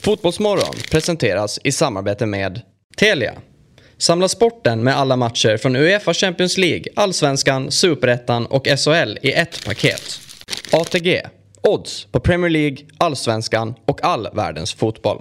Fotbollsmorgon presenteras i samarbete med Telia. Samla sporten med alla matcher från UEFA Champions League, Allsvenskan, Superettan och SHL i ett paket. ATG. Odds på Premier League, Allsvenskan och all världens fotboll.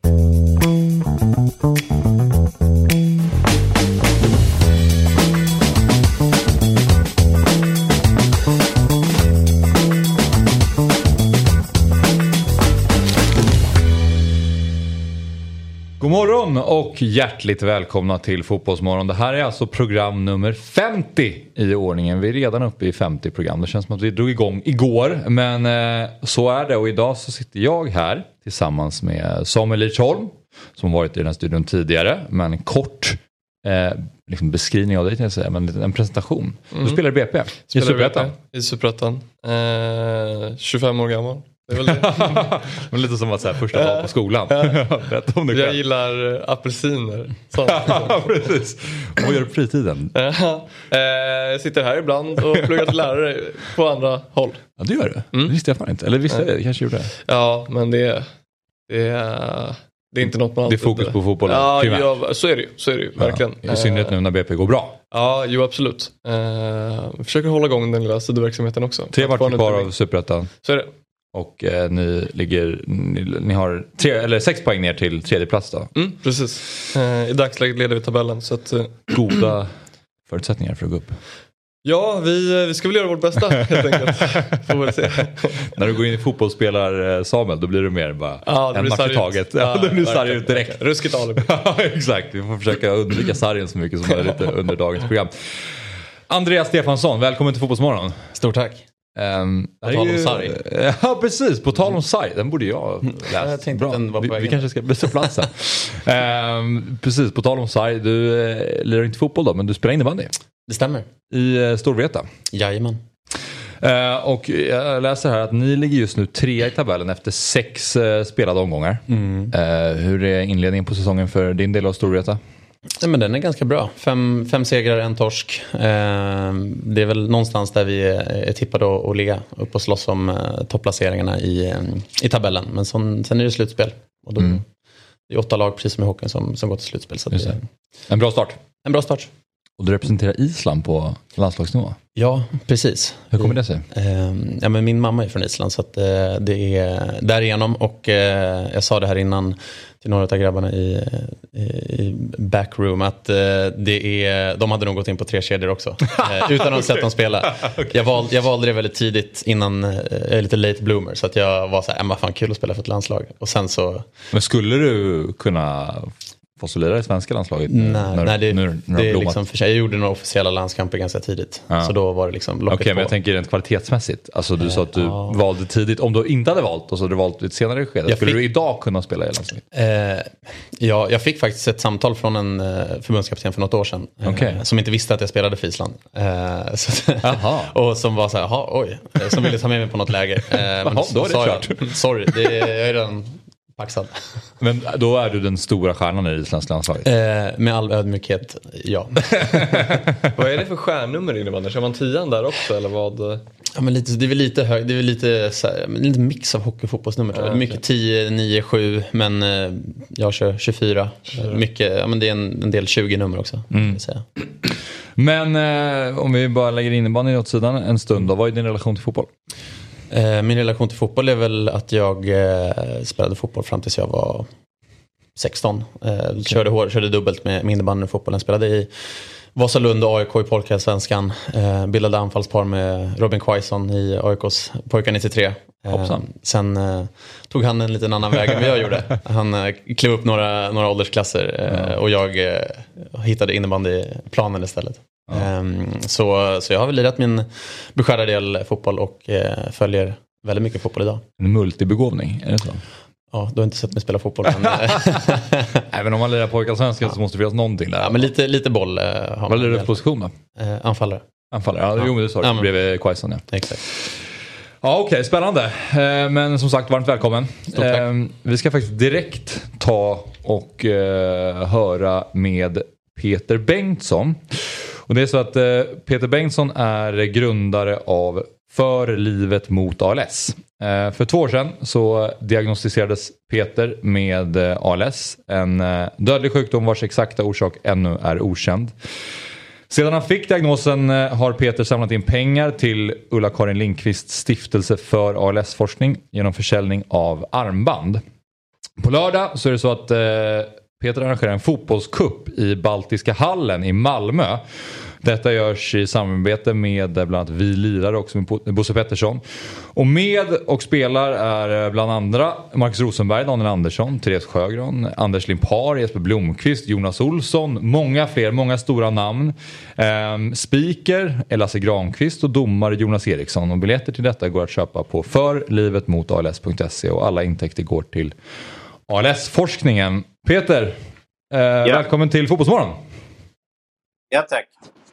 God morgon och hjärtligt välkomna till Fotbollsmorgon. Det här är alltså program nummer 50 i ordningen. Vi är redan uppe i 50 program. Det känns som att vi drog igång igår. Men så är det. Och idag så sitter jag här tillsammans med Samuel Lidsholm, som varit i den här studion tidigare. Men en kort liksom beskrivning av dig, kan jag säga. Men en presentation. Du spelar i BP. I Superettan. I Superettan. 25 år gammal. Det är väl det. Men lite som att säga första dag på skolan. Jag gillar apelsiner. Precis. Och vad gör du på fritiden? Jag sitter här ibland och pluggar till lärare på andra håll. Ja, det gör du. Det visste jag fan inte. Eller visste jag kanske gjorde det. Ja, men det är inte något man alltid... Det är fokus på fotbollen. Ja, så är det ju. Verkligen. Ja, i synnerhet nu när BP går bra. Ja, jo absolut. Försöker hålla igång den lilla sidoverksamheten också. 3 matcher kvar av Superettan. Så är det. Och ni har 6 poäng ner till tredje plats då. Precis. I dagsläget leder vi tabellen. Så att, goda förutsättningar för att gå upp. Ja, vi ska väl göra vårt bästa helt enkelt. Får väl se. När du går in i fotbollsspelar Samuel, då blir det mer bara en match i taget. Ja, det blir sarg ut direkt. Ruskigt alibi. Ja, exakt. Vi får försöka undvika sargen så mycket som möjligt under dagens program. Andreas Stefansson, välkommen till Fotbollsmorgon. Stort tack. På tal om sarg. Ja, precis. På tal om sarg. Den borde jag läsa. Jag tänkte att den var på vägen. Vi kanske ska byta plats här. Precis, på tal om sarg. Du lirar inte fotboll då, men du spelar innebandy. Det stämmer. I Storvreta. Jajamän. Och jag läser här att ni ligger just nu 3 i tabellen efter 6 spelade omgångar. Hur är inledningen på säsongen för din del av Storvreta? Ja, men den är ganska bra. 5 segrar, 1 torsk. Det är väl någonstans där vi är tippade att ligga upp och slåss om topplaceringarna i tabellen. Men sen är det slutspel. Och då det är 8 lag, precis som i hockeyn, som går till slutspel. Så det en bra start. En bra start. Och du representerar Island på landslagsnivå? Ja, precis. Hur kommer det sig? Ja, men min mamma är från Island, så att det är därigenom. Och jag sa det här innan till några av grabbarna i backroom att de hade nog gått in på 3 kedjor också. Utan att ha sett dem spela. Okay. Jag valde det väldigt tidigt innan, jag är lite late bloomer. Så att jag var så här, vad fan kul att spela för ett landslag. Och sen så... Men skulle du kunna... Fossilera i svenska landslaget? Nej, det är liksom för sig. Jag gjorde några officiella landskamper ganska tidigt. Ja. Så då var det liksom locket på. Men jag tänker rent kvalitetsmässigt. Alltså du sa att du valde tidigt. Om du inte hade valt och så hade du valt ett senare skede. Skulle du idag kunna spela i landslaget? Ja, jag fick faktiskt ett samtal från en förbundskapten för något år sedan. Som inte visste att jag spelade för Island. Och som var så här, som ville ta med mig på något läger. Men då är det klart. Sorry, jag är redan... paxad. Men då är du den stora stjärnan i Islands landslag? Med all ödmjukhet, ja. Vad är det för stjärnnummer innebandy? Kör man 10 där också eller vad? Ja, men det är väl lite hög, det är väl lite mix av hockey- och fotbollsnummer. Ja, okay. Mycket 10, 9, 7, men jag kör 24. Mycket, men det är en del 20 nummer också. Säga. Men om vi bara lägger innebandy åt sidan en stund då, vad är din relation till fotboll? Min relation till fotboll är väl att jag spelade fotboll fram tills jag var 16. Körde dubbelt med innebandy och fotbollen. Spelade i Vasalund och AIK i Polka-svenskan. Bildade anfallspar med Robin Quaison i AIKs pojkar 93. Sen tog han en liten annan väg än vad jag gjorde. Han klev upp några åldersklasser och jag hittade innebandyplanen istället. Så jag har väl lirat min beskärda del fotboll och följer väldigt mycket fotboll idag. En multibegåvning, är det så? Ja, du har inte sett mig spela fotboll. Även om man lirar pojkar-svenska så måste det finnas någonting där. Ja, men lite boll har man. Vad lirar du för position då? Anfallare. Ja, jo, men det sa du. Bredvid Quaison, ja. Exakt. Ja, okej, spännande. Men som sagt, varmt välkommen. Vi ska faktiskt direkt ta och höra med Peter Bengtsson. Och det är så att Peter Bengtsson är grundare av För livet mot ALS. För 2 år sedan så diagnostiserades Peter med ALS. En dödlig sjukdom vars exakta orsak ännu är okänd. Sedan han fick diagnosen har Peter samlat in pengar till Ulla-Karin Lindqvists stiftelse för ALS-forskning genom försäljning av armband. På lördag så är det så att Peter arrangerar en fotbollscup i Baltiska hallen i Malmö. Detta görs i samarbete med bland annat Vi lirare också med Bosse Pettersson. Och med och spelar är bland andra Marcus Rosenberg, Daniel Andersson, Therese Sjögran, Anders Limpar, Jesper Blomqvist, Jonas Olsson. Många fler, många stora namn. Speaker är Lasse Granqvist och domare Jonas Eriksson. Och biljetter till detta går att köpa på förlivetmotals.se och alla intäkter går till ALS-forskningen. Peter, välkommen till Fotbollsmorgon. Ja, tack.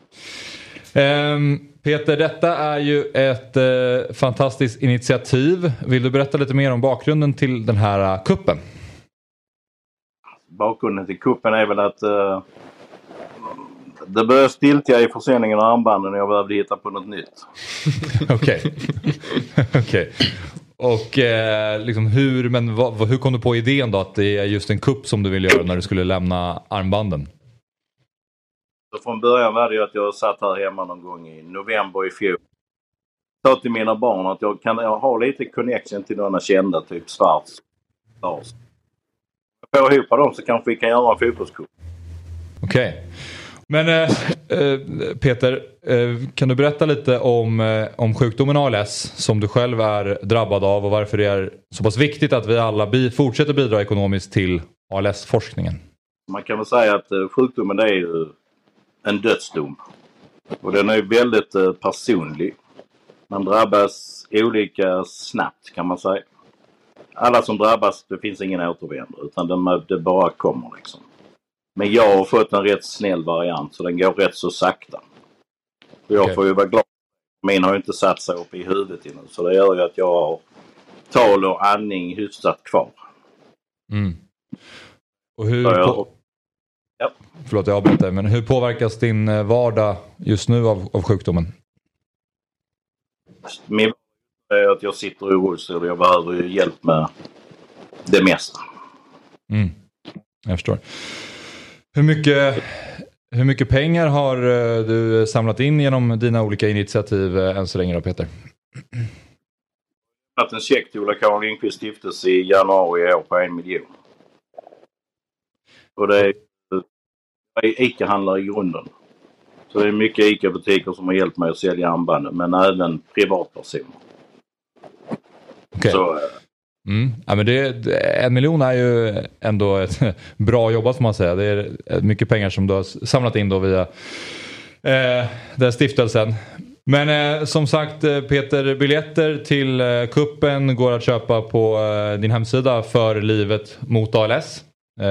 Peter, detta är ju ett fantastiskt initiativ. Vill du berätta lite mer om bakgrunden till den här kuppen? Bakgrunden till kuppen är väl att det började stiltja i försäljningen av armbanden och jag behövde hitta på något nytt. Okej. Och liksom hur kom du på idén då att det är just en kupp som du vill göra när du skulle lämna armbanden? Så från början var det ju att jag satt här hemma någon gång i november i fjol. Jag sa till mina barn att jag kan ha lite connection till några kända, typ Svarts. Jag får ihop dem så kanske vi kan göra en fotbollscup. Okej. Men Peter, kan du berätta lite om sjukdomen ALS som du själv är drabbad av och varför det är så pass viktigt att vi alla fortsätter bidra ekonomiskt till ALS-forskningen? Man kan väl säga att sjukdomen är ju en dödsdom. Och den är väldigt personlig. Man drabbas olika snabbt kan man säga. Alla som drabbas, det finns ingen återvändo utan det bara kommer liksom. Men jag har fått en rätt snäll variant så den går rätt så sakta. Och jag får ju vara glad. Min har ju inte satt sig upp i huvudet innan. Så det gör ju att jag har tal och andning hyfsat kvar. Mm. Och förlåt jag avbryter, men hur påverkas din vardag just nu av sjukdomen? Min vardag är att jag sitter i rullstol och jag behöver ju hjälp med det mesta. Jag förstår. Hur mycket pengar har du samlat in genom dina olika initiativ än så länge då, Peter? Jag har haft en check till Ulla-Karin Lindqvists stiftelse i januari i år på 1 miljon. Och det är ICA-handlare i grunden. Så det är mycket ICA-butiker som har hjälpt mig att sälja armbanden, men även privatpersoner. Okej. Ja, men 1 miljon är ju ändå ett bra jobbat får man säga. Det är mycket pengar som du har samlat in då via den stiftelsen. Men som sagt Peter, biljetter till kuppen går att köpa på din hemsida för livet mot ALS.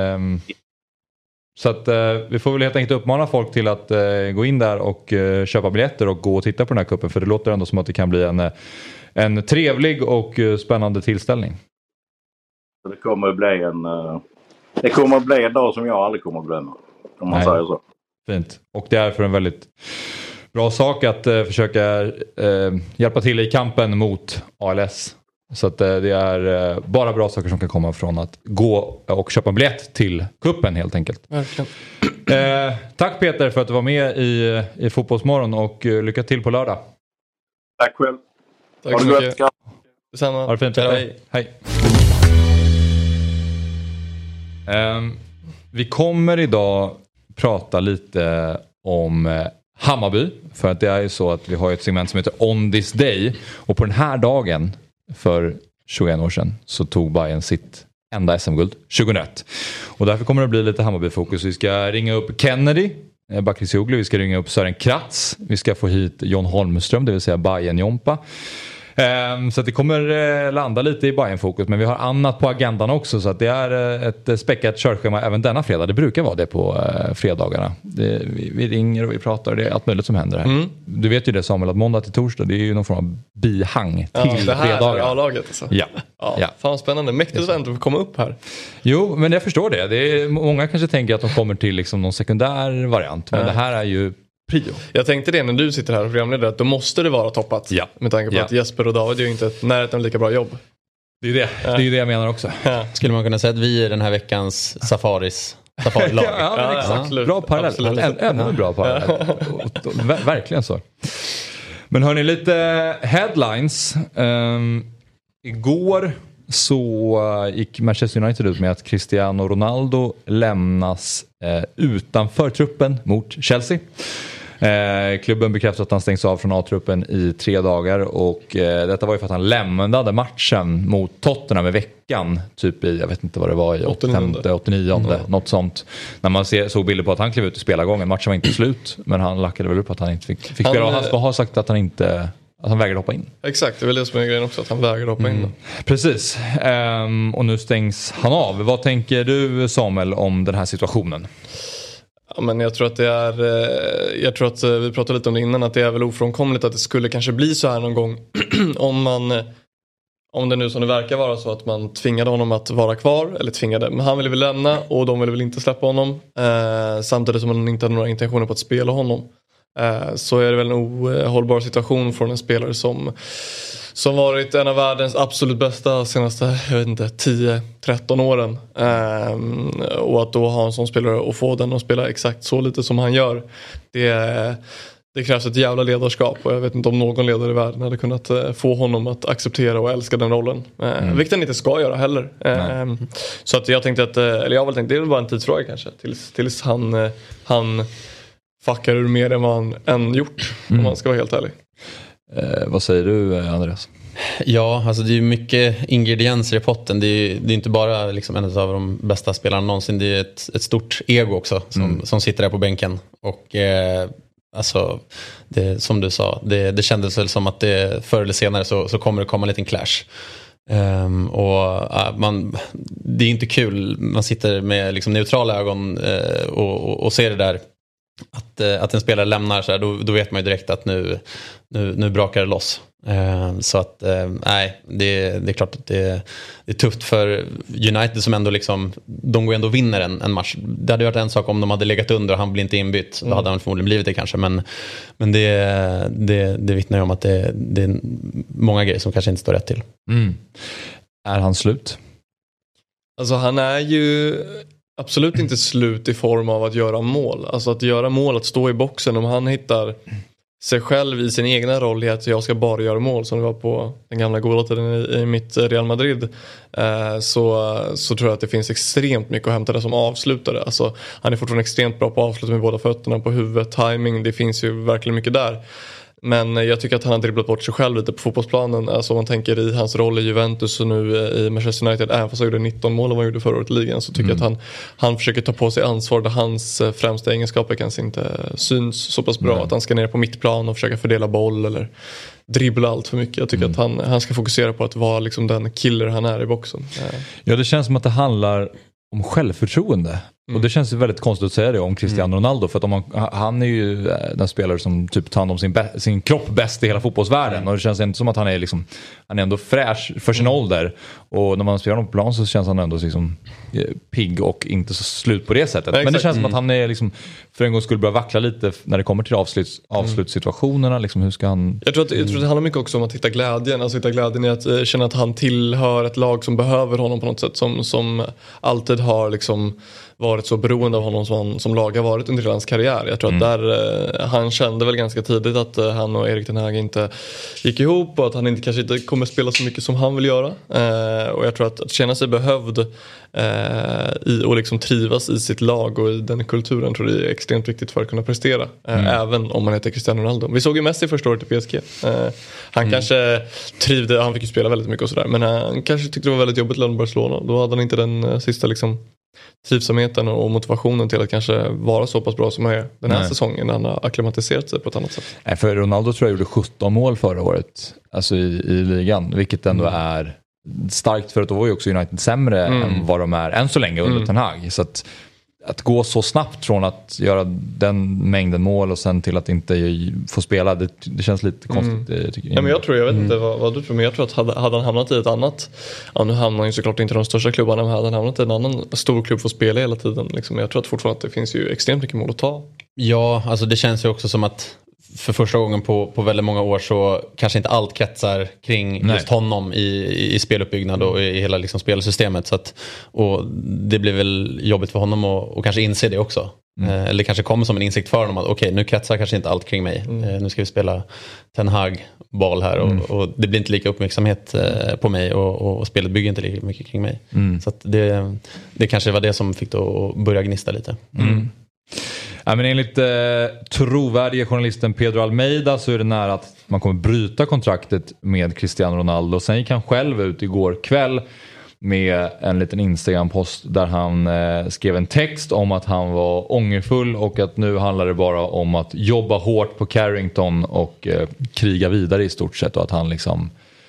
Så att vi får väl helt enkelt uppmana folk till att gå in där och köpa biljetter och gå och titta på den här kuppen. För det låter ändå som att det kan bli en trevlig och spännande tillställning. Det kommer att bli en dag som jag aldrig kommer att glömma. Om man säger så. Fint. Och det är för en väldigt bra sak att försöka hjälpa till i kampen mot ALS. Så att det är bara bra saker som kan komma från att gå och köpa en biljett till kuppen helt enkelt. Verkligen. Tack Peter för att du var med i Fotbollsmorgon och lycka till på lördag. Tack själv. Tack så mycket. Detsamma. Ha det fint. Hej. Vi kommer idag prata lite om Hammarby. För att det är ju så att vi har ett segment som heter On This Day. Och på den här dagen för 21 år sedan så tog Bayern sitt enda SM-guld 2001. Och därför kommer det bli lite Hammarby-fokus. Vi ska ringa upp Kennedy, Bakircioglu, vi ska ringa upp Sören Kratz. Vi ska få hit John Holmström, det vill säga Bayern-Jompa. Så att det kommer landa lite i Bayern-fokus. Men vi har annat på agendan också. Så att det är ett späckat körschema även denna fredag. Det brukar vara det på fredagarna. Vi ringer och vi pratar. Det är allt möjligt som händer här. Du vet ju det Samuel, att måndag till torsdag det är ju någon form av bihang till det här fredagar. är A-laget alltså. Ja. Fan spännande. Mäktigt att ändå komma upp här. Jo, men jag förstår det. Många kanske tänker att de kommer till liksom någon sekundär variant. Men det här är ju prio. Jag tänkte det när du sitter här och programledare, att då måste det vara toppat. Ja. Med tanke på att Jesper och David gör inte ett närheten lika bra jobb. Det är det jag menar också. Skulle man kunna säga att vi är den här veckans safarilag? Exakt. Bra parallell. Ännu bra parallell. Verkligen så. Men hörni, lite headlines. Igår så gick Manchester United ut med att Cristiano Ronaldo lämnas utanför truppen mot Chelsea. Klubben bekräftar att han stängs av från A-truppen i 3 dagar och detta var ju för att han lämnade matchen mot Tottenham i veckan, typ i, jag vet inte vad det var, i 89 något sånt. När man såg bilder på att han klev ut i spelargången, matchen var inte slut, men han lackade väl upp att han inte fick spela. Han ska ha sagt att han vägrade hoppa in. Exakt, det är väl det som är grejen också, att han vägrade hoppa in. Precis, och nu stängs han av. Vad tänker du, Samuel, om den här situationen? Ja, men jag tror att jag tror att vi pratade lite om det innan, att det är väl ofrånkomligt att det skulle kanske bli så här någon gång om det nu som det verkar vara så att man tvingade honom att vara kvar, eller tvingade, men han ville väl lämna och de ville väl inte släppa honom, samtidigt som man inte hade några intentioner på att spela honom. Så är det väl en ohållbar situation från en spelare som varit en av världens absolut bästa senaste, 10-13 åren. Och att då ha en sån spelare och få den att spela exakt så lite som han gör, det krävs ett jävla ledarskap, och jag vet inte om någon ledare i världen hade kunnat få honom att acceptera och älska den rollen. Vilket han inte ska göra heller. Så att jag tänkte eller jag har väl tänkt, det är väl bara en tidsfråga kanske tills han fuckar ur mer än vad han än gjort, om man ska vara helt ärlig. Vad säger du, Andreas? Ja, alltså det är ju mycket ingredienser i potten. Det är inte bara liksom en av de bästa spelarna någonsin. Det är ett stort ego också som sitter där på bänken. Och alltså, som du sa, det kändes väl som att det förr eller senare så kommer det komma en liten clash. Det är inte kul. Man sitter med liksom neutrala ögon och ser det där. Att en spelare lämnar så här, då vet man ju direkt att nu brakar det loss. Så att nej, det är klart att det är tufft för United som ändå liksom, de går ändå och vinner en match. Det hade varit en sak om de hade legat under och han blir inte inbytt. Då hade han förmodligen blivit det kanske. Men det vittnar ju om att det är många grejer som kanske inte står rätt till. Är han slut? Alltså han är ju absolut inte slut i form av att göra mål. Alltså att göra mål, att stå i boxen. Om han hittar sig själv i sin egna roll i att jag ska bara göra mål, som det var på den gamla goda tiden i mitt Real Madrid, så tror jag att det finns extremt mycket att hämta där som avslutare. Alltså, han är fortfarande extremt bra på att avsluta med båda fötterna, på huvudet, timing, det finns ju verkligen mycket där. Men jag tycker att han har dribblat bort sig själv lite på fotbollsplanen. Alltså om man tänker i hans roll i Juventus och nu i Manchester United, även fast han gjorde 19 mål och han gjorde förra året i ligan, så tycker jag att han försöker ta på sig ansvar där hans främsta egenskaper kanske inte syns så pass bra. Att han ska ner på mittplan och försöka fördela boll eller dribbla allt för mycket. Jag tycker att han ska fokusera på att vara liksom den killer han är i boxen. Ja, det känns som att det handlar om självförtroende. Och det känns ju väldigt konstigt att säga det om Cristiano Ronaldo, för att han är ju den spelare som typ tar hand om sin kropp bäst i hela fotbollsvärlden, och det känns inte som att han är ändå fräsch för sin ålder, och när man spelar honom på plan så känns han ändå liksom pigg och inte så slut på det sättet. Men det känns som att han är liksom, för en gång skulle börja vackla lite när det kommer till avslutssituationerna. Liksom, hur ska han... Jag tror att det handlar mycket också om att hitta glädjen. Alltså hitta glädjen i att känna att han tillhör ett lag som behöver honom på något sätt, som alltid har liksom varit så beroende av honom som lag har varit under hans karriär. Jag tror att han kände väl ganska tidigt att han och Erik ten Hag inte gick ihop, och att han kanske inte kommer spela så mycket som han vill göra. Och jag tror att känna sig behövd och liksom trivas i sitt lag och i den kulturen, tror jag är extremt viktigt för att kunna prestera. Även om man heter Cristiano Ronaldo. Vi såg ju Messi första året i PSG. Han kanske trivde, han fick ju spela väldigt mycket och sådär, men han kanske tyckte det var väldigt jobbigt att lämna Barcelona. Då hade han inte den sista liksom trivsamheten och motivationen till att kanske vara så pass bra som han är den här säsongen, när han har akklimatiserat sig på ett annat sätt. Nej, för Ronaldo tror jag gjorde 17 mål förra året, alltså i ligan, vilket ändå är starkt, för att då var ju också United sämre än vad de är än så länge under Ten Hag. Så att gå så snabbt från att göra den mängden mål och sen till att inte få spela, det känns lite konstigt, tycker jag. Ja, men jag vet inte vad du tror, men jag tror att hade han hamnat i ett annat, nu hamnar han ju såklart inte de största klubbarna, men hade han hamnat i en annan stor klubb för att spela hela tiden liksom, jag tror att fortfarande att det finns ju extremt mycket mål att ta Ja, alltså det känns ju också som att för första gången på väldigt många år så kanske inte allt kretsar kring just honom i speluppbyggnad och i hela liksom spelsystemet. Så att, och det blir väl jobbigt för honom att kanske inse det också. Eller kanske kommer som en insikt för honom att okej, nu kretsar kanske inte allt kring mig. Nu ska vi spela Ten Hag-boll här och det blir inte lika uppmärksamhet på mig och spelet bygger inte lika mycket kring mig. Så att det kanske var det som fick då att börja gnista lite. Ja, men enligt trovärdiga journalisten Pedro Almeida så är det nära att man kommer bryta kontraktet med Cristiano Ronaldo. Sen gick han själv ut igår kväll med en liten Instagram-post där han skrev en text om att han var ångerfull och att nu handlar det bara om att jobba hårt på Carrington och kriga vidare i stort sett, och att han liksom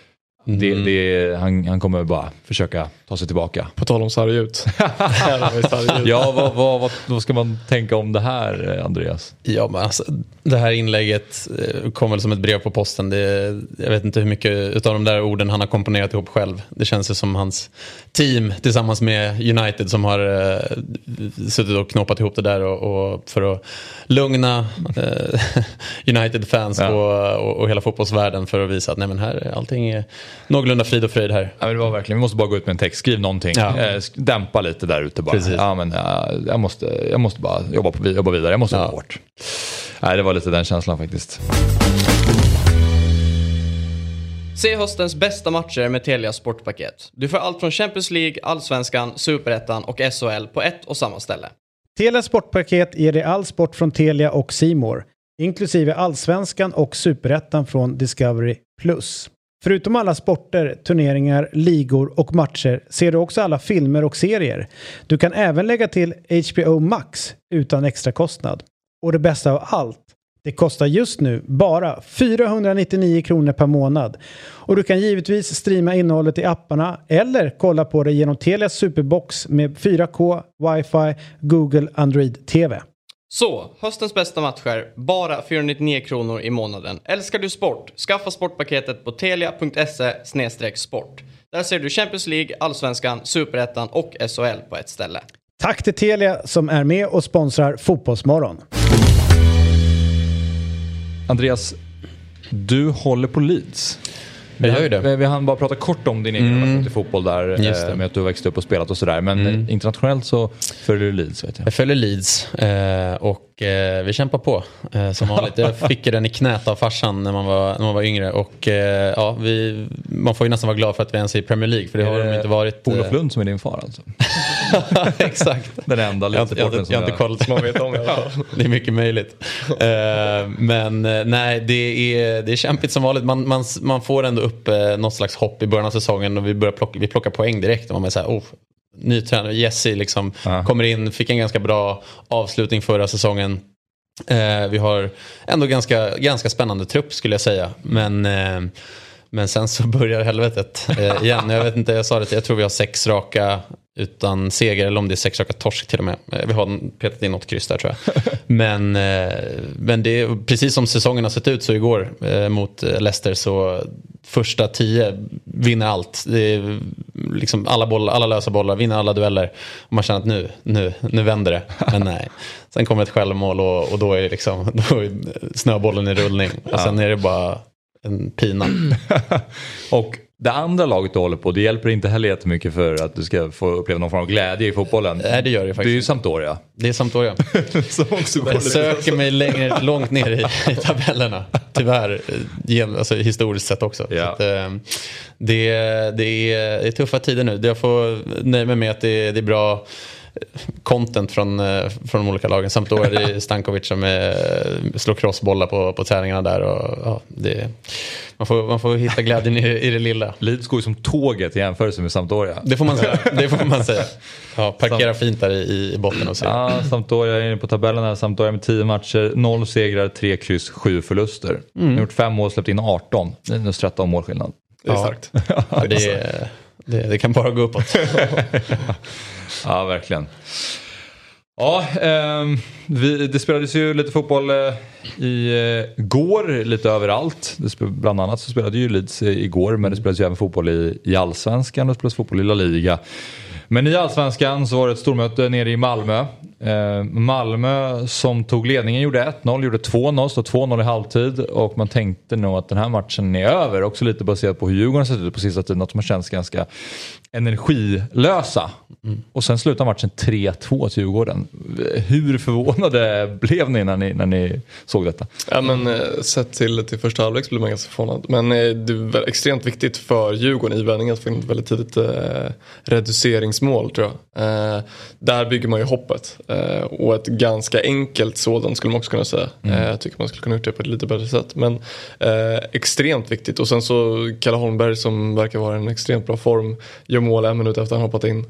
han kommer bara försöka ta sig tillbaka. På tal om sarg ut. Ja, vad ska man tänka om det här, Andreas? Ja, men alltså, det här inlägget kom väl som ett brev på posten. Jag vet inte hur mycket utav de där orden han har komponerat ihop själv. Det känns ju som hans team tillsammans med United som har suttit och knoppat ihop det där och för att lugna United-fans och hela fotbollsvärlden, för att visa att nej, men här allting är någorlunda frid och fröjd här. Ja, men det var verkligen, vi måste bara gå ut med en text, skriv någonting, dämpa lite där ute bara. Ja, men jag måste bara jobba vidare, jag måste jobba hårt. Nej, det var lite den känslan faktiskt. Se höstens bästa matcher med Telia Sportpaket. Du får allt från Champions League, Allsvenskan, Superettan och SHL på ett och samma ställe. Telia Sportpaket ger dig all sport från Telia och C More, inklusive Allsvenskan och Superettan från Discovery+. Förutom alla sporter, turneringar, ligor och matcher ser du också alla filmer och serier. Du kan även lägga till HBO Max utan extra kostnad. Och det bästa av allt, det kostar just nu bara 499 kronor per månad. Och du kan givetvis streama innehållet i apparna eller kolla på det genom Telias Superbox med 4K, Wi-Fi, Google Android TV. Så, höstens bästa matcher, bara 499 kronor i månaden. Älskar du sport? Skaffa sportpaketet på telia.se/sport. Där ser du Champions League, Allsvenskan, Superettan och SHL på ett ställe. Tack till Telia som är med och sponsrar Fotbollsmorgon. Andreas, du håller på Leeds. Jag gör ju det. Vi hann bara prata kort om din egen relation till fotboll där, med att du växte upp och spelat och sådär. Men internationellt så följer du Leeds, vet jag. Jag följer Leeds och vi kämpar på som vanligt. Jag fick den i knät av farsan när man var yngre. Och man får ju nästan vara glad för att vi ens är i Premier League, för det har de inte varit. Olof Lund som är din far alltså. Exakt. Den enda Leeds-sporten som jag har inte kollat så man vet om. Det är mycket möjligt. Men nej, det är kämpigt som vanligt. Man får ändå upp något slags hopp i början av säsongen och vi plockar poäng direkt. Och man är så här, ny tränare Jesse liksom kommer in, fick en ganska bra avslutning förra säsongen. Vi har ändå ganska spännande trupp skulle jag säga, men sen så börjar helvetet igen. Jag vet inte, jag sa det, jag tror vi har 6 raka utan seger, eller om det är 6 raka torsk till och med. Vi har petat in något kryss där tror jag. Men det är precis som säsongen har sett ut så igår mot Leicester, så första 10 vinner allt. Det är liksom alla lösa bollar, vinner alla dueller. Och man känner att nu vänder det. Men nej. Sen kommer ett självmål och då är snöbollen i rullning. Och sen är det bara en pina. Och det andra laget du håller på, det hjälper inte heller jättemycket för att du ska få uppleva någon form av glädje i fotbollen. Nej, det gör det faktiskt. Det är ju Sampdoria. Det är Sampdoria. Jag söker mig långt ner i tabellerna. Tyvärr, alltså historiskt sett också. Ja. Så att, det är tuffa tider nu. Jag får nöja mig med att det är bra content från de olika lagen. Sampdoria, det är Stankovic som slår crossbollar på träningarna där. Och, man får hitta glädjen i det lilla. Leeds går ju som tåget i jämförelse med Sampdoria. Det får man säga. Ja, parkera fint där i botten och så. Ja, Sampdoria är inne på tabellen här. Sampdoria med 10 matcher, 0 segrar, 3 kryss, 7 förluster. De har gjort 5 mål, släppt in 18. Det är nu 13 målskillnad. Det är starkt. Ja, det kan bara gå uppåt. Ja, verkligen. Ja, det spelades ju lite fotboll igår, lite överallt. Bland annat så spelade ju Leeds igår, men det spelades ju även fotboll i Allsvenskan och det spelades fotboll i La Liga. Men i Allsvenskan så var det ett stormöte nere i Malmö. Malmö som tog ledningen gjorde 1-0, gjorde 2-0, stod 2-0 i halvtid och man tänkte nog att den här matchen är över, också lite baserat på hur Djurgården sett ut på sista tiden, att de har känts ganska energilösa. Och sen slutar matchen 3-2 till Djurgården. Hur förvånade blev ni när ni såg detta? Ja, men sett till första halvlek så blir man ganska förvånad. Men det är extremt viktigt för Djurgården i vändningen att få in ett väldigt tidigt reduceringsmål, tror jag. Där bygger man ju hoppet. Och ett ganska enkelt sådant skulle man också kunna säga. Jag tycker man skulle kunna gjort det på ett lite bättre sätt. Men extremt viktigt. Och sen så Kalle Holmberg som verkar vara i en extremt bra form gör mål 1 minut efter han hoppat in.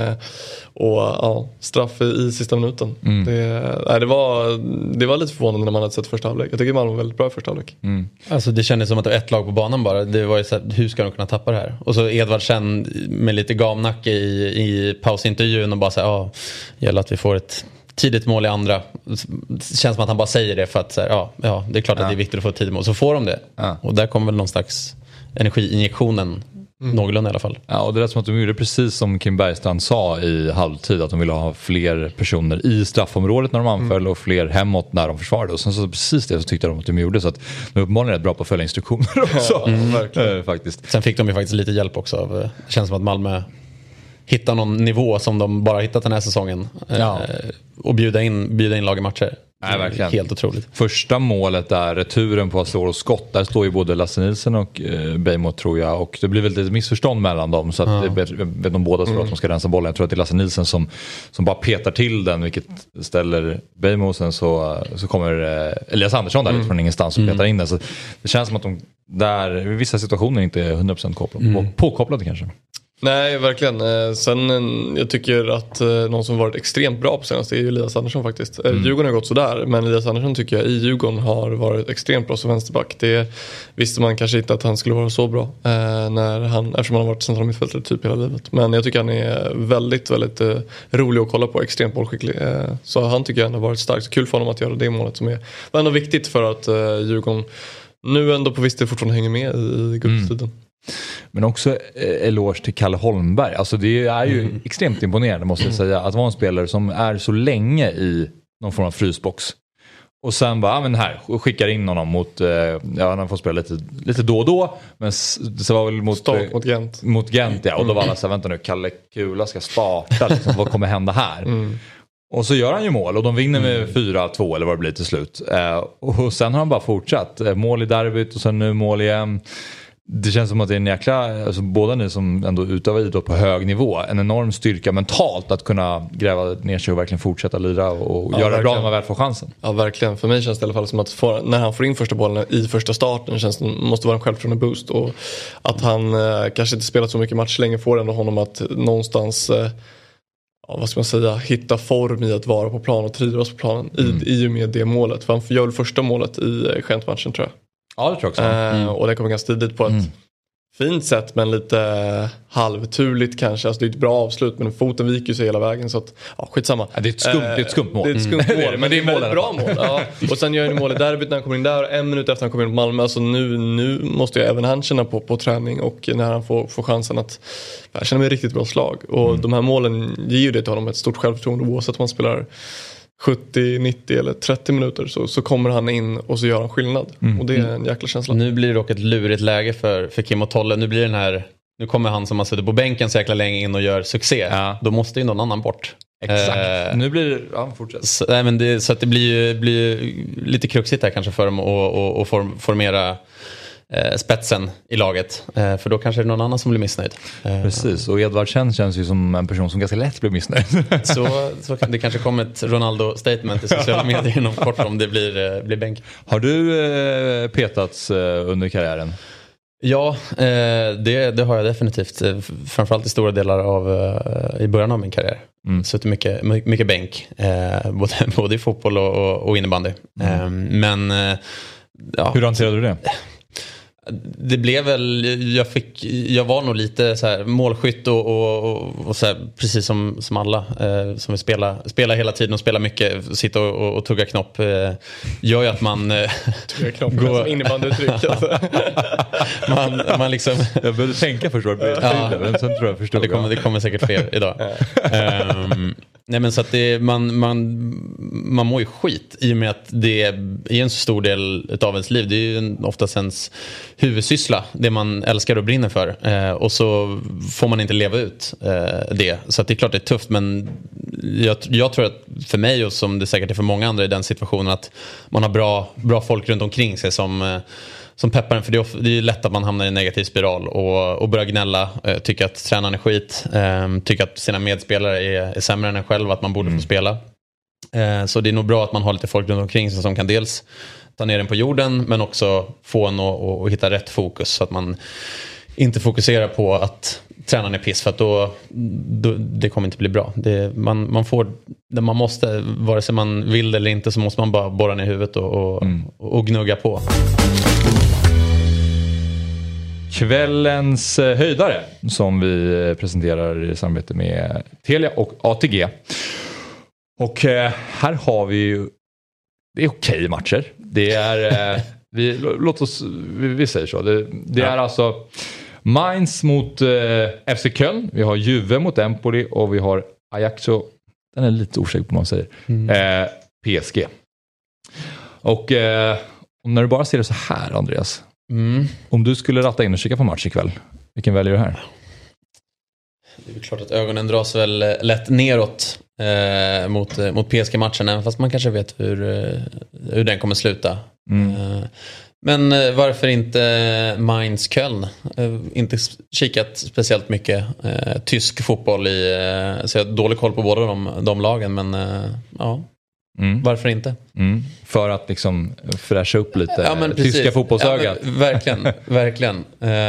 Och ja, straff i sista minuten. Det var lite förvånande när man hade sett första halvlek. Jag tycker Malmö var väldigt bra i första halvlek. Alltså det kändes som att det var ett lag på banan bara. Det var ju så här, hur ska de kunna tappa det här? Och så Edvardsen med lite gamnacke i pausintervjun och bara säga gäller att vi får ett tidigt mål i andra. Det känns som att han bara säger det för att så här, det är klart att det är viktigt att få ett tidigt mål. Så får de det. Och där kommer väl någon slags energiinjektionen någorlunda i alla fall. Ja, och det är som att de gjorde precis som Kim Bergstrand sa i halvtid, att de ville ha fler personer i straffområdet när de anföll och fler hemåt när de försvarade. Och sen så precis det så tyckte de att de gjorde, så att de uppenbarligen är rätt bra på att följa instruktioner också. Faktiskt. Sen fick de ju faktiskt lite hjälp också av, det känns som att Malmö hittar någon nivå som de bara hittat den här säsongen och bjuda in lag i matcher. Nej, verkligen. Helt otroligt. Första målet är returen på Aslor och skott. Där står ju både Lasse Nilsson och Beijmo, tror jag. Och det blir väl ett missförstånd mellan dem. Så att de båda tror att de ska rensa bollen. Jag tror att det är Lasse Nilsson som bara petar till den, vilket ställer Beijmo. Sen så kommer Elias Andersson där från ingenstans och petar in den. Så det känns som att de där i vissa situationer inte är 100% påkopplade kanske. Nej, verkligen. Sen jag tycker att någon som varit extremt bra på senast är ju Elias Andersson faktiskt. Djurgården har gått sådär, men Elias Andersson tycker jag i Djurgården har varit extremt bra som vänsterback. Det visste man kanske inte att han skulle vara så bra eftersom han har varit central mittfältare typ hela livet. Men jag tycker han är väldigt, väldigt rolig att kolla på, extremt bollskicklig. Så han tycker jag har varit starkt. Kul för honom att göra det målet som var ändå viktigt för att Djurgården nu ändå på viss del fortfarande hänger med i guldstriden. Men också eloge till Kalle Holmberg. Alltså det är ju extremt imponerande, måste jag säga, att vara en spelare som är så länge i någon form av frysbox. Och sen bara, men här, skickar in honom mot, han får spela lite då och då. Men så var väl mot Gent, ja. Och då var alla så här, vänta nu, Kalle Kula ska starta, liksom, vad kommer hända här? Och så gör han ju mål och de vinner med 4-2 eller vad det blir till slut. Och sen har han bara fortsatt. Mål i derbyt och sen nu mål igen. Det känns som att det är en jäkla, alltså båda ni som ändå utövar idrott på hög nivå, en enorm styrka mentalt att kunna gräva ner sig och verkligen fortsätta lira och göra det bra när man väl får chansen. Ja, verkligen. För mig känns det i alla fall som att när han får in första bollen i första starten känns det måste vara en självförtroende boost, och att han kanske inte spelat så mycket match länge får ändå honom att någonstans vad ska man säga, hitta form i att vara på plan och trivas på planen i och med det målet. För han gör väl första målet i Gent-matchen, tror jag. Ja, det tror jag också. Och det kommer ganska tidigt på ett fint sätt, men lite halvturligt kanske. Alltså det är ett bra avslut, men foten viker sig hela vägen, så att, skitsamma. Ja, det är ett skumt mål. Det är ett skumt mål, men det är ett bra mål. Ja. Och sen gör han mål i derbyt när han kommer in där, och 1 minut efter han kommer in på Malmö. Alltså nu måste jag även han känna på träning, och när han får chansen att jag känner mig riktigt bra slag. Och de här målen ger ju det till honom ett stort självförtroende, oavsett om man spelar 70, 90 eller 30 minuter så kommer han in och så gör han skillnad. Och det är en jäkla känsla. Nu blir det dock ett lurigt läge för Kim och Tolle. Nu kommer han som har suttit på bänken så jäkla länge in och gör succé. Ja. Då måste ju någon annan bort. Exakt. Nu blir det, fortsätt. Så att det blir lite kruxigt här kanske för dem att formera spetsen i laget, för då kanske det är någon annan som blir missnöjd. Precis, och Edvardsen känns ju som en person som ganska lätt blir missnöjd. så det kanske kommer ett Ronaldo-statement i sociala medier inom kort om det blir bänk. Har du petats under karriären? Ja, det har jag definitivt. Framförallt i stora delar i början av min karriär. Så mycket bänk, både i fotboll och innebandy. Men hur hanterade du det? Det blev väl, jag var nog lite så här målskytt och så här, precis som alla som vill spela hela tiden och spela mycket, sitta och tugga knopp, gör ju att man tugga knopp som innebandyuttryck alltså. man liksom, jag började tänka först vad det blev, men sen tror jag förstod. Det kommer säkert fler idag. Nej, men så att man mår ju skit i och med att det är en så stor del av ens liv. Det är ju oftast ens huvudsyssla, det man älskar och brinner för. Och så får man inte leva ut det. Så att det är klart det är tufft, men jag tror att för mig, och som det säkert är för många andra i den situationen, att man har bra folk runt omkring sig som peppar en, för det är lätt att man hamnar i en negativ spiral och börjar gnälla, tycker att tränaren är skit, tycker att sina medspelare är sämre än en själv, att man borde få spela. Så det är nog bra att man har lite folk runt omkring sig som kan dels ta ner den på jorden, men också få en att hitta rätt fokus, så att man inte fokuserar på att tränaren är piss, för att då det kommer inte bli bra. Man måste, vare sig man vill det eller inte, så måste man bara borra ner huvudet och gnugga på. Kvällens höjdare som vi presenterar i samarbete med Telia och ATG. Och här har vi ju, det är okej matcher. Det är vi säger så. Det är alltså Mainz mot FC Köln. Vi har Juve mot Empoli och vi har Ajax, den är lite osäker på vad man säger. PSG. Och när du bara ser det så här, Andreas. Om du skulle ratta in och kika på match ikväll, vilken väljer du här? Det är klart att ögonen dras väl lätt neråt mot PSG-matchen, även fast man kanske vet hur den kommer sluta. Men varför inte Mainz-Köln? Inte kikat speciellt mycket tysk fotboll så jag har dålig koll på båda de lagen, men ja. Varför inte? För att liksom fräscha upp lite tyska fotbollsögat. Ja, verkligen.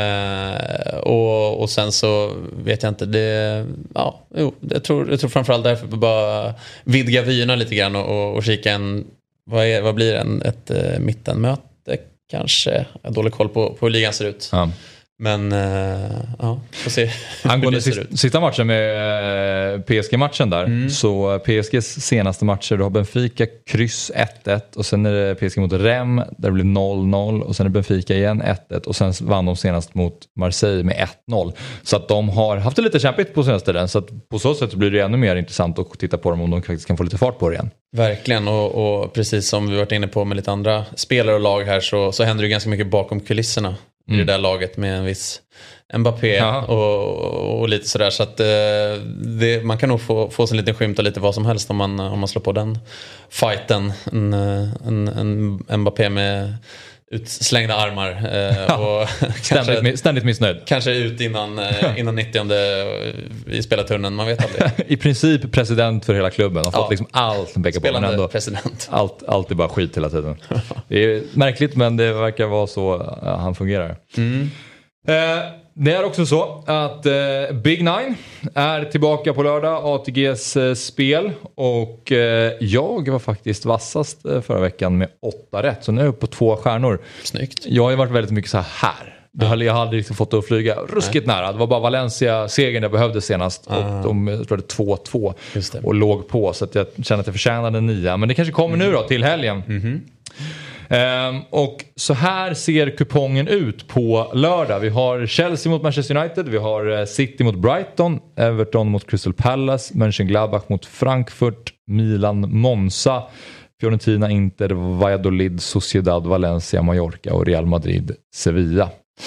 Och sen så vet jag inte. Jag tror framförallt därför bara vidga vyerna lite grann och kika vad blir ett mittenmöte kanske. Jag har dålig koll på hur ligan ser ut. Ja. Men får se. Angående sista matchen med PSG-matchen där. Så PSGs senaste matcher, då har Benfica kryss 1-1 och sen är det PSG mot Rem där det blir 0-0 och sen är Benfica igen 1-1 och sen vann de senast mot Marseille med 1-0. Så att de har haft det lite kämpigt på senaste tiden, så att på så sätt så blir det ännu mer intressant att titta på dem om de faktiskt kan få lite fart på det igen. Verkligen, och precis som vi varit inne på med lite andra spelare och lag här, så händer det ganska mycket bakom kulisserna i det där laget med en viss Mbappé och lite sådär, så att man kan nog få sig en liten skymt av lite vad som helst om man slår på den fighten. En Mbappé med utslängda armar och ständigt missnöjd. Kanske ut innan 90:e i spelartunneln, man vet aldrig. I princip president för hela klubben. Har fått liksom allt bäcka på, men ändå president. Allt är bara skit hela tiden. Det är märkligt, men det verkar vara så han fungerar. Det är också så att Big Nine är tillbaka på lördag, ATGs spel, och jag var faktiskt vassast förra veckan med 8 rätt, så nu är jag på 2 stjärnor. Snyggt. Jag har ju varit väldigt mycket så här. Jag hade liksom fått att flyga ruskigt nära. Det var bara Valencia-segern jag behövde senast, och de tror det 2-2 och låg på, så att jag kände att jag förtjänade 9, men det kanske kommer nu då till helgen. Och så här ser kupongen ut på lördag. Vi har Chelsea mot Manchester United, vi har City mot Brighton, Everton mot Crystal Palace, Mönchengladbach mot Frankfurt, Milan Monza, Fiorentina Inter, Valladolid, Sociedad, Valencia, Mallorca och Real Madrid Sevilla.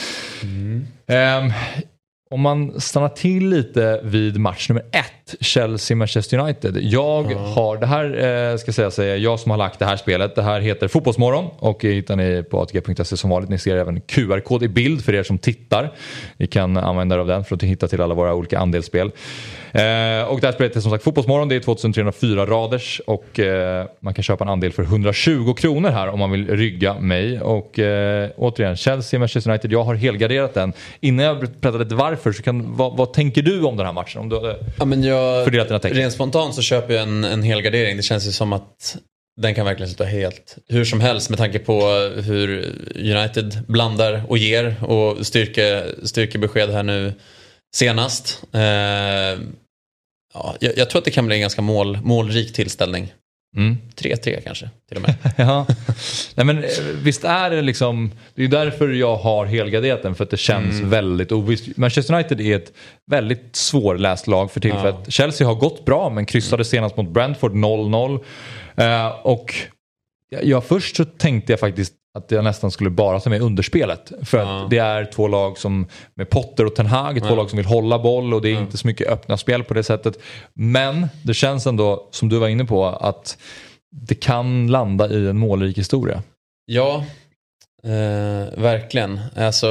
Om man stannar till lite vid match nummer 1, Chelsea-Manchester United. Jag har, det här ska säga jag som har lagt det här spelet. Det här heter Fotbollsmorgon och hittar ni på atg.se som vanligt. Ni ser även QR-kod i bild för er som tittar. Ni kan använda er av den för att hitta till alla våra olika andelsspel. Och det här spelet är som sagt Fotbollsmorgon. Det är 2304 raders och man kan köpa en andel för 120 kronor här om man vill rygga mig. Och återigen, Chelsea-Manchester United. Jag har helgarderat den. Innan jag berättar lite varför, så vad tänker du om den här matchen? Om du hade rent spontant så köper jag en helgardering. Det känns ju som att den kan verkligen sluta helt hur som helst med tanke på hur United blandar och ger och styrkebesked här nu senast. Jag tror att det kan bli en ganska målrik tillställning. 3-3 kanske till och med. Ja. Nej, men visst är det liksom, det är därför jag har helgarderat, för att det känns väldigt ovisst. Manchester United är ett väldigt svårläst lag för tillfället. Chelsea har gått bra men kryssade senast mot Brentford 0-0. Och jag först så tänkte jag faktiskt att jag nästan skulle bara ta med underspelet. För att det är två lag som med Potter och Ten Hag, två lag som vill hålla boll och det är inte så mycket öppna spel på det sättet. Men det känns ändå, som du var inne på, att det kan landa i en målrik historia. Ja, verkligen. Alltså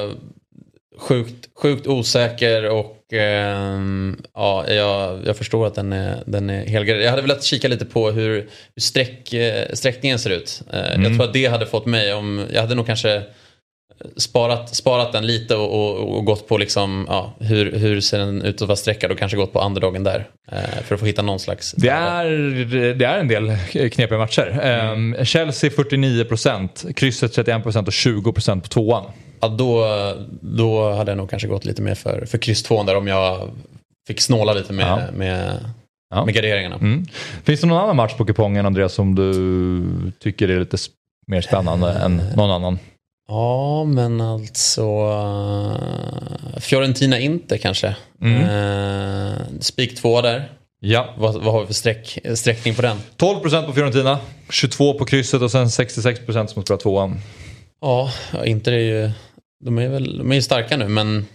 sjukt osäker och jag förstår att den är helgarderad. Jag hade velat kika lite på hur sträckningen ser ut. Jag tror att det hade fått mig, om jag hade nog kanske sparat den lite och gått på liksom, hur ser den ut att vara sträckad och kanske gått på underdogen där för att få hitta någon slags... Det är en del knepiga matcher. Chelsea 49%, krysset 31% och 20% på tvåan. Ja, då hade jag nog kanske gått lite mer för kryss 2 där, om jag fick snåla lite med garderingarna. Finns det någon annan match på kupongen, Andreas, som du tycker är lite mer spännande än någon annan? Ja, men alltså Fiorentina inte kanske. Spik 2 där. Ja. Vad har vi för sträckning på den? 12% på Fiorentina, 22% på krysset och sen 66% som spelar tvåan. Ja, inte det är ju... De är ju starka nu, men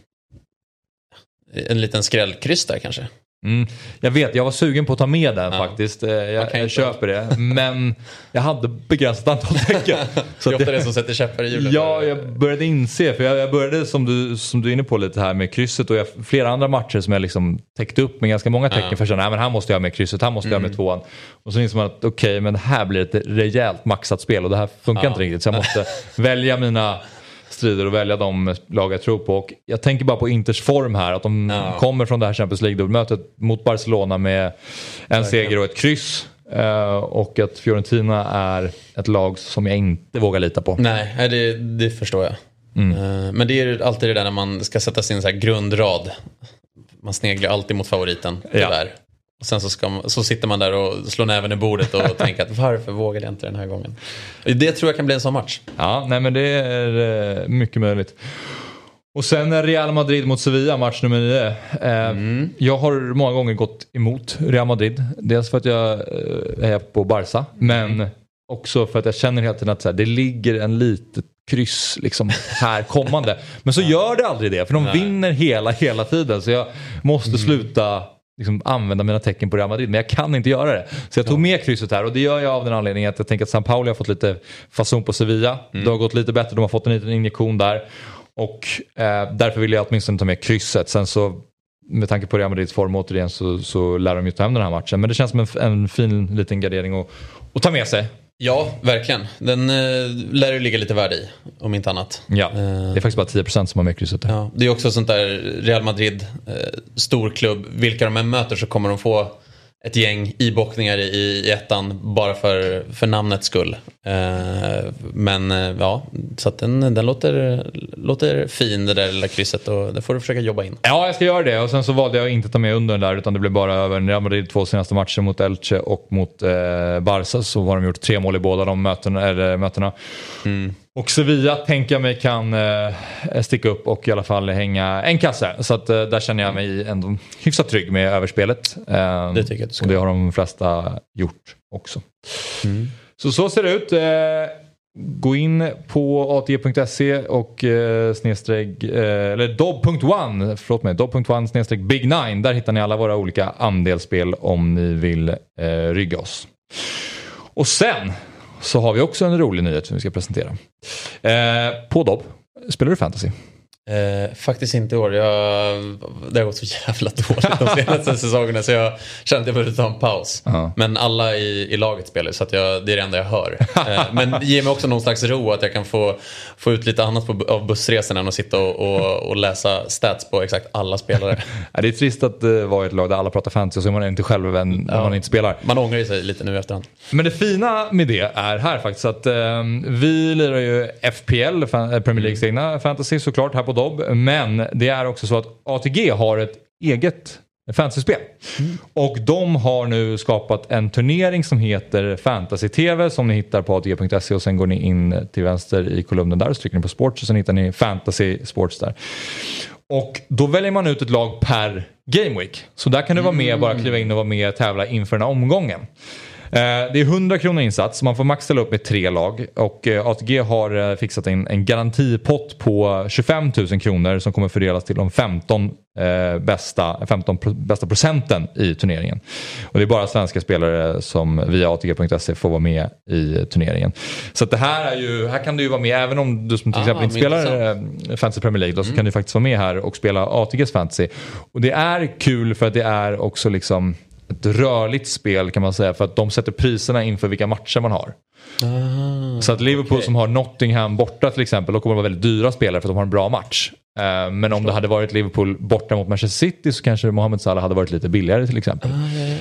en liten skrällkryss där kanske. Jag vet, jag var sugen på att ta med den faktiskt. Jag köper det. Men jag hade begränsat antal tecken. Så det är ofta det som sätter käppar i hjulet. Ja, jag började inse. För jag började som du är inne på lite här med krysset. Och flera andra matcher som jag liksom täckte upp med ganska många tecken. För att nej, men här måste jag med krysset, här måste jag med tvåan. Och så inser man att okej, men här blir det ett rejält maxat spel. Och det här funkar inte riktigt. Så jag måste välja mina strider och välja de lag jag tror på. Och jag tänker bara på Inters form här, att de kommer från det här Champions League-mötet mot Barcelona med en seger och ett kryss, och att Fiorentina är ett lag som jag inte vågar lita på. Nej, det förstår jag. Men det är alltid det där när man ska sätta sin så här grundrad. Man sneglar alltid mot favoriten, tyvärr. Och sen så sitter man där och slår näven i bordet och tänker att varför vågade jag inte den här gången? Det tror jag kan bli en sån match. Ja, nej, men det är mycket möjligt. Och sen är Real Madrid mot Sevilla, match nummer 9. Jag har många gånger gått emot Real Madrid. Dels för att jag är på Barca, men också för att jag känner hela tiden att så här, det ligger en litet kryss liksom här kommande. Men så gör det aldrig det, för de vinner hela tiden. Så jag måste sluta liksom använda mina tecken på Real Madrid, men jag kan inte göra det. Så jag tog med krysset här, och det gör jag av den anledningen att jag tänker att San Pauli har fått lite fason på Sevilla. Det har gått lite bättre, de har fått en liten injektion där. Och därför vill jag åtminstone ta med krysset. Sen så, med tanke på Real Madrids form återigen, så lär de ju ta hem den här matchen. Men det känns som en fin liten gardering att ta med sig. Ja, verkligen. Den lär ju ligga lite värde i, om inte annat. Ja, det är faktiskt bara 10% som har med krysset. Ja, det är också sånt där Real Madrid, stor klubb. Vilka de än möter så kommer de få ett gäng ibockningar i ettan bara för namnets skull. Men ja, så att den låter fin, det där lilla krysset, och det får du försöka jobba in. Ja, jag ska göra det, och sen så valde jag inte ta med under den där, utan det blev bara över Real Madrid 2 senaste matcher mot Elche och mot Barca, så har de gjort 3 mål i båda de mötena. Och Sevilla tänker jag mig kan sticka upp och i alla fall hänga en kasse. Så att där känner jag mig ändå hyfsat trygg med överspelet. Det tycker jag. Och det har de flesta gjort också. Så ser det ut. Gå in på ate.se och dob.1 Big 9. Där hittar ni alla våra olika andelsspel om ni vill rygga oss. Och sen så har vi också en rolig nyhet som vi ska presentera. På Dobb, spelar du fantasy? Faktiskt inte i år. Det har gått så jävla dåligt de senaste säsongerna, så jag kände att jag behövde ta en paus. Men alla i laget spelar, så att det är det enda jag hör. Men det ger mig också någon slags ro att jag kan få ut lite annat av bussresorna än att sitta och läsa stats på exakt alla spelare. Det är trist att vara ett lag där alla pratar fantasy och så är man inte själv när man inte spelar. Man ångrar sig lite nu efterhand. Men det fina med det är här faktiskt att vi lirar ju FPL, Premier Leagues egna fantasy, såklart, här på Dobb. Men det är också så att ATG har ett eget fantasyspel. Och de har nu skapat en turnering som heter Fantasy TV som ni hittar på ATG.se och sen går ni in till vänster i kolumnen där och trycker ni på sports och sen hittar ni Fantasy Sports där. Och då väljer man ut ett lag per Game Week. Så där kan du vara med, bara kliva in och vara med och tävla inför den här omgången. Det är 100 kronor insats. Man får max ställa upp med 3 lag. Och ATG har fixat en garantipott på 25 000 kronor som kommer fördelas till de 15 bästa procenten i turneringen. Och det är bara svenska spelare som via ATG.se får vara med i turneringen. Så att det här är ju, här kan du ju vara med även om du som till exempel inte spelar Fantasy Premier League då, så kan du faktiskt vara med här och spela ATGs Fantasy. Och det är kul för att det är också liksom ett rörligt spel kan man säga, för att de sätter priserna inför vilka matcher man har. Så att Liverpool som har Nottingham borta till exempel, då kommer det vara väldigt dyra spelare för att de har en bra match. Men om det hade varit Liverpool borta mot Manchester City så kanske Mohamed Salah hade varit lite billigare till exempel.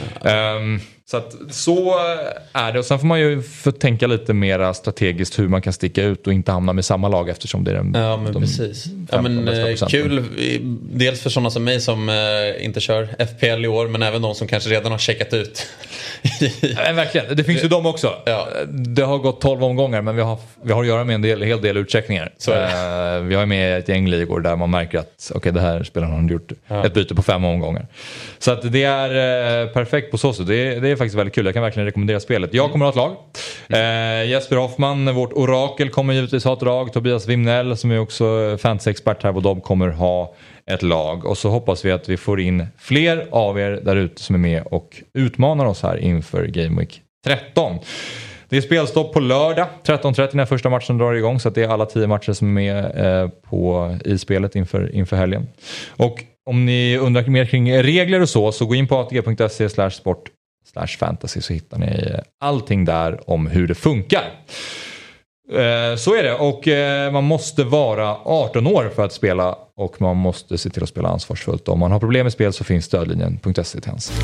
Så att så är det. Och sen får man ju få tänka lite mer strategiskt hur man kan sticka ut och inte hamna med samma lag eftersom det är precis. Kul dels för sådana som mig som inte kör FPL i år, men även de som kanske redan har checkat ut. Verkligen, det finns ju de också. Det har gått 12 omgångar, men vi har att göra med en hel del utcheckningar. Vi har med ett gäng ligor där man märker att det här spelaren har gjort ett byte på 5 omgångar. Så att det är perfekt på så sätt. Det är faktiskt väldigt kul. Jag kan verkligen rekommendera spelet. Jag kommer att ha ett lag. Jesper Hoffman, vårt orakel, kommer givetvis ha ett lag. Tobias Wimnell som är också fantasy-expert här, och de kommer ha ett lag. Och så hoppas vi att vi får in fler av er där ute som är med och utmanar oss här inför Game Week 13. Det är spelstopp på lördag 13.30 när första matchen drar igång, så att det är alla 10 matcher som är med i spelet inför helgen. Och om ni undrar mer kring regler och så gå in på atg.se/sport/fantasy så hittar ni allting där om hur det funkar. Så är det, och man måste vara 18 år för att spela, och man måste se till att spela ansvarsfullt. Om man har problem med spel så finns stödlinjen.se till hands.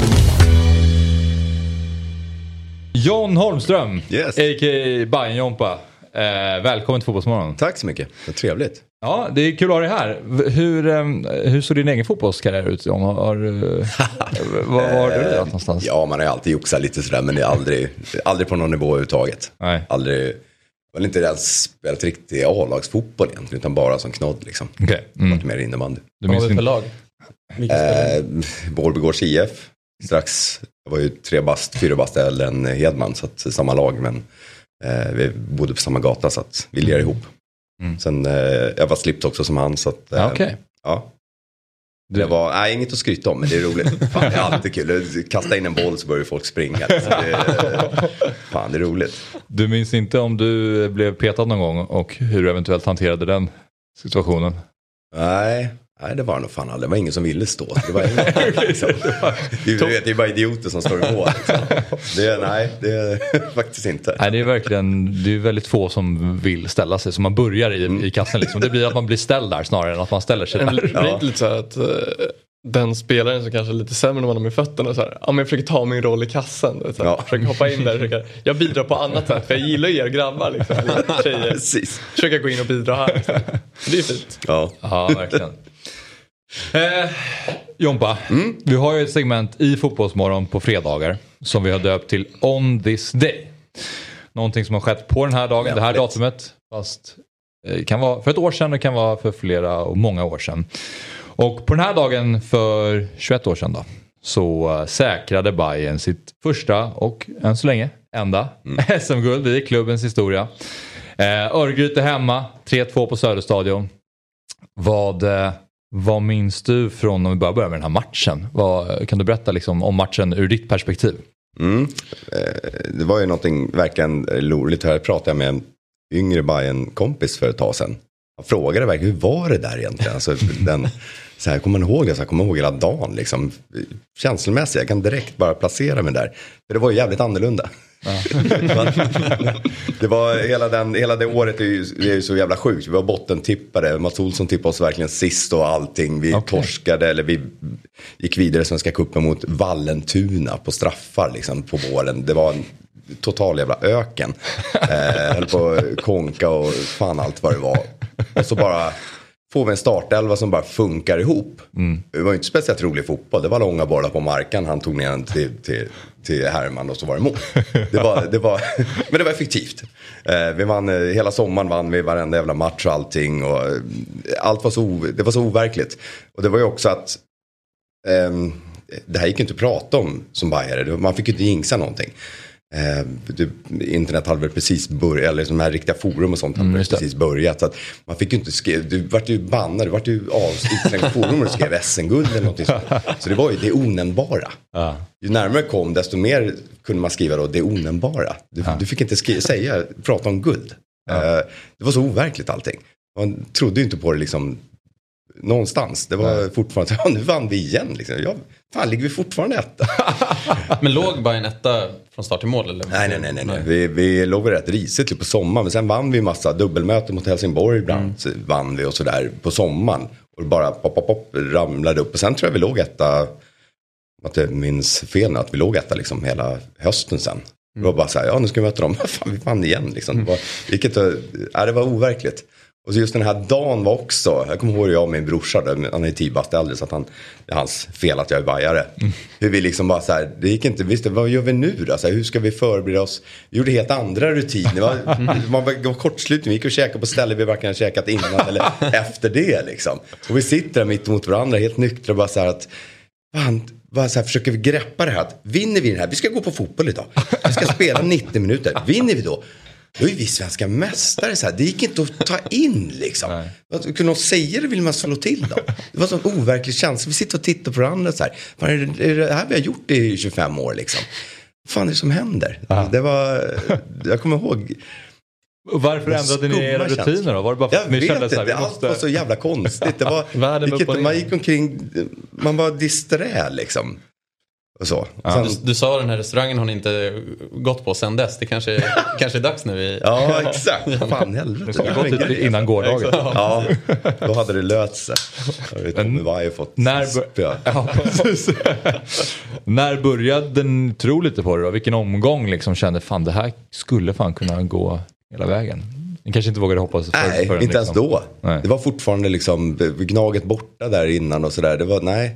John Holmström, a.k.a. Bayern Jompa. Välkommen till Fotbollsmorgon. Tack så mycket, det är trevligt. Ja, det är kul att ha dig här. Hur såg din egen fotbollskarriär ut, John? Var har du någonstans? Ja, man har alltid joxat lite sådär, men det är aldrig på någon nivå överhuvudtaget. Nej. Aldrig, väl inte ens spelat riktig A-lagsfotboll egentligen, utan bara som knodd liksom. Okay. Varit mer innebandy. Vad var det för lag? Vårbygårds IF. Strax, jag var ju 4 bast äldre än Hedman, så att samma lag, men vi bodde på samma gata så att vi lirade ihop. Sen jag var slippt också som han, så att ja. Det var inget att skryta om, men det är roligt. Fan, det är alltid kul. Kasta in en boll så börjar folk springa. Så det är roligt. Du minns inte om du blev petad någon gång och hur du eventuellt hanterade den situationen? Nej, det var nog fan aldrig. Det var ingen som ville stå. Det var liksom. Det är bara idioter som står i mål. Liksom. Det är faktiskt inte. Nej, det är väldigt få som vill ställa sig. Så man börjar i kassen liksom. Det blir att man blir ställd där snarare än att man ställer sig där. Det är lite så här att den spelaren som kanske är lite sämre när man har med fötterna så här, men jag försöker ta min roll i kassen, så här, försöker hoppa in där, jag bidrar på annat sätt, för jag gillar er grabbar liksom, tjejer. Precis. Försöka gå in och bidra här liksom. Det är fint. Ja, verkligen. Jompa, vi har ju ett segment i Fotbollsmorgon på fredagar som vi har döpt till On This Day. Någonting som har skett på den här dagen, det här datumet, fast kan vara för ett år sedan, det kan vara för flera och många år sedan. Och på den här dagen för 21 år sedan då, så säkrade Bayern sitt första och än så länge enda SM-guld i klubbens historia. Örgryte hemma, 3-2 på Söderstadion. Vad minns du från, om vi börjar med den här matchen? Kan du berätta liksom om matchen ur ditt perspektiv? Det var ju någonting verkligen roligt. Här pratade jag med en yngre Bayern-kompis för ett tag sedan. Jag frågade verkligen, hur var det där egentligen? Alltså, så här, kommer man ihåg det? Så här, kommer man ihåg hela dagen liksom. Känslomässigt, jag kan direkt bara placera mig där. För det var ju jävligt annorlunda. Det var hela det året är ju så jävla sjukt. Vi var bottentippare. Mats Olsson tippade oss verkligen sist och allting. Vi torskade, eller vi gick vidare i Svenska cupen mot Vallentuna på straffar liksom, på våren. Det var en total jävla öken. Höll på att konka och fan allt vad det var. Och så bara får vi en startelva som bara funkar ihop. Det var ju inte speciellt rolig fotboll. Det var långa bollar på marken. Han tog ner den till Herman och så var det mål. Men det var effektivt. Vi vann, hela sommaren vann vi varenda jävla match och allting. Och allt var det var så overkligt. Och det var ju också att det här gick inte att prata om som bajare. Man fick ju inte jinxa någonting. Internet hade väl precis börjat, eller de här riktiga forum och sånt hade precis börjat, så att man fick ju inte skriva, du vart ju bannad, du vart ju avslutslängd forum och du skrev SM-guld eller någonting sånt. Så det var ju det onämnbara. Ju närmare kom, desto mer kunde man skriva då det onämnbara. Du fick inte prata om guld. Det var så overkligt allting. Man trodde ju inte på det liksom någonstans. Det var fortfarande, nu vann vi igen liksom. Fan, ligger vi fortfarande etta? Men låg bara en etta från start till mål? Eller? Nej. Vi låg rätt risigt på sommaren. Men sen vann vi massa dubbelmöten mot Helsingborg ibland. Vann vi och sådär på sommaren. Och bara pop, ramlade upp. Och sen tror jag vi låg etta, att jag minns fel, att vi låg etta liksom hela hösten sen. Det var bara så här, nu ska vi möta dem. Fan, vi vann igen liksom. Det var overkligt. Och så just den här dagen var också, jag kommer ihåg jag och min brorsa, han är 10 bast äldre, så att det är hans fel att jag är bajare. Hur vi liksom bara så här, det gick inte, visst, vad gör vi nu då? Så här, hur ska vi förbereda oss? Vi gjorde helt andra rutiner. Man var kortslutning, vi gick och käkade på ställen vi varken käkat innan eller efter det liksom. Och vi sitter där mitt emot varandra helt nyktra och bara så här att, bara så här, försöker vi greppa det här att vinner vi den här, vi ska gå på fotboll idag. Vi ska spela 90 minuter, vinner vi då är vi svenska mästare så här. Det gick inte att ta in liksom. Kunde någon säga det vill man slå till då. Det var en sån overklig känsla. Vi sitter och tittar på varandra så här. Fan, är det här vi har gjort i 25 år liksom? Vad fan är det som händer? Det var, jag kommer ihåg. Och varför ändrade ni era rutiner då? Var det bara för att ni kände så här, allt var så jävla konstigt. Det var, man gick omkring, man var disträ liksom. Och så. Sen, du sa den här restaurangen har ni inte gått på sen dess. Det kanske är dags när vi... Ja, exakt. Fan, helvete. Det skulle gått ut innan gårdagen. Ja, då hade det löst sig. När började den tro lite på det då? Vilken omgång liksom kände fan det här skulle fan kunna gå hela vägen? Ni kanske inte vågade hoppas för inte liksom. Ens då. Nej. Det var fortfarande liksom Gnaget borta där innan och sådär.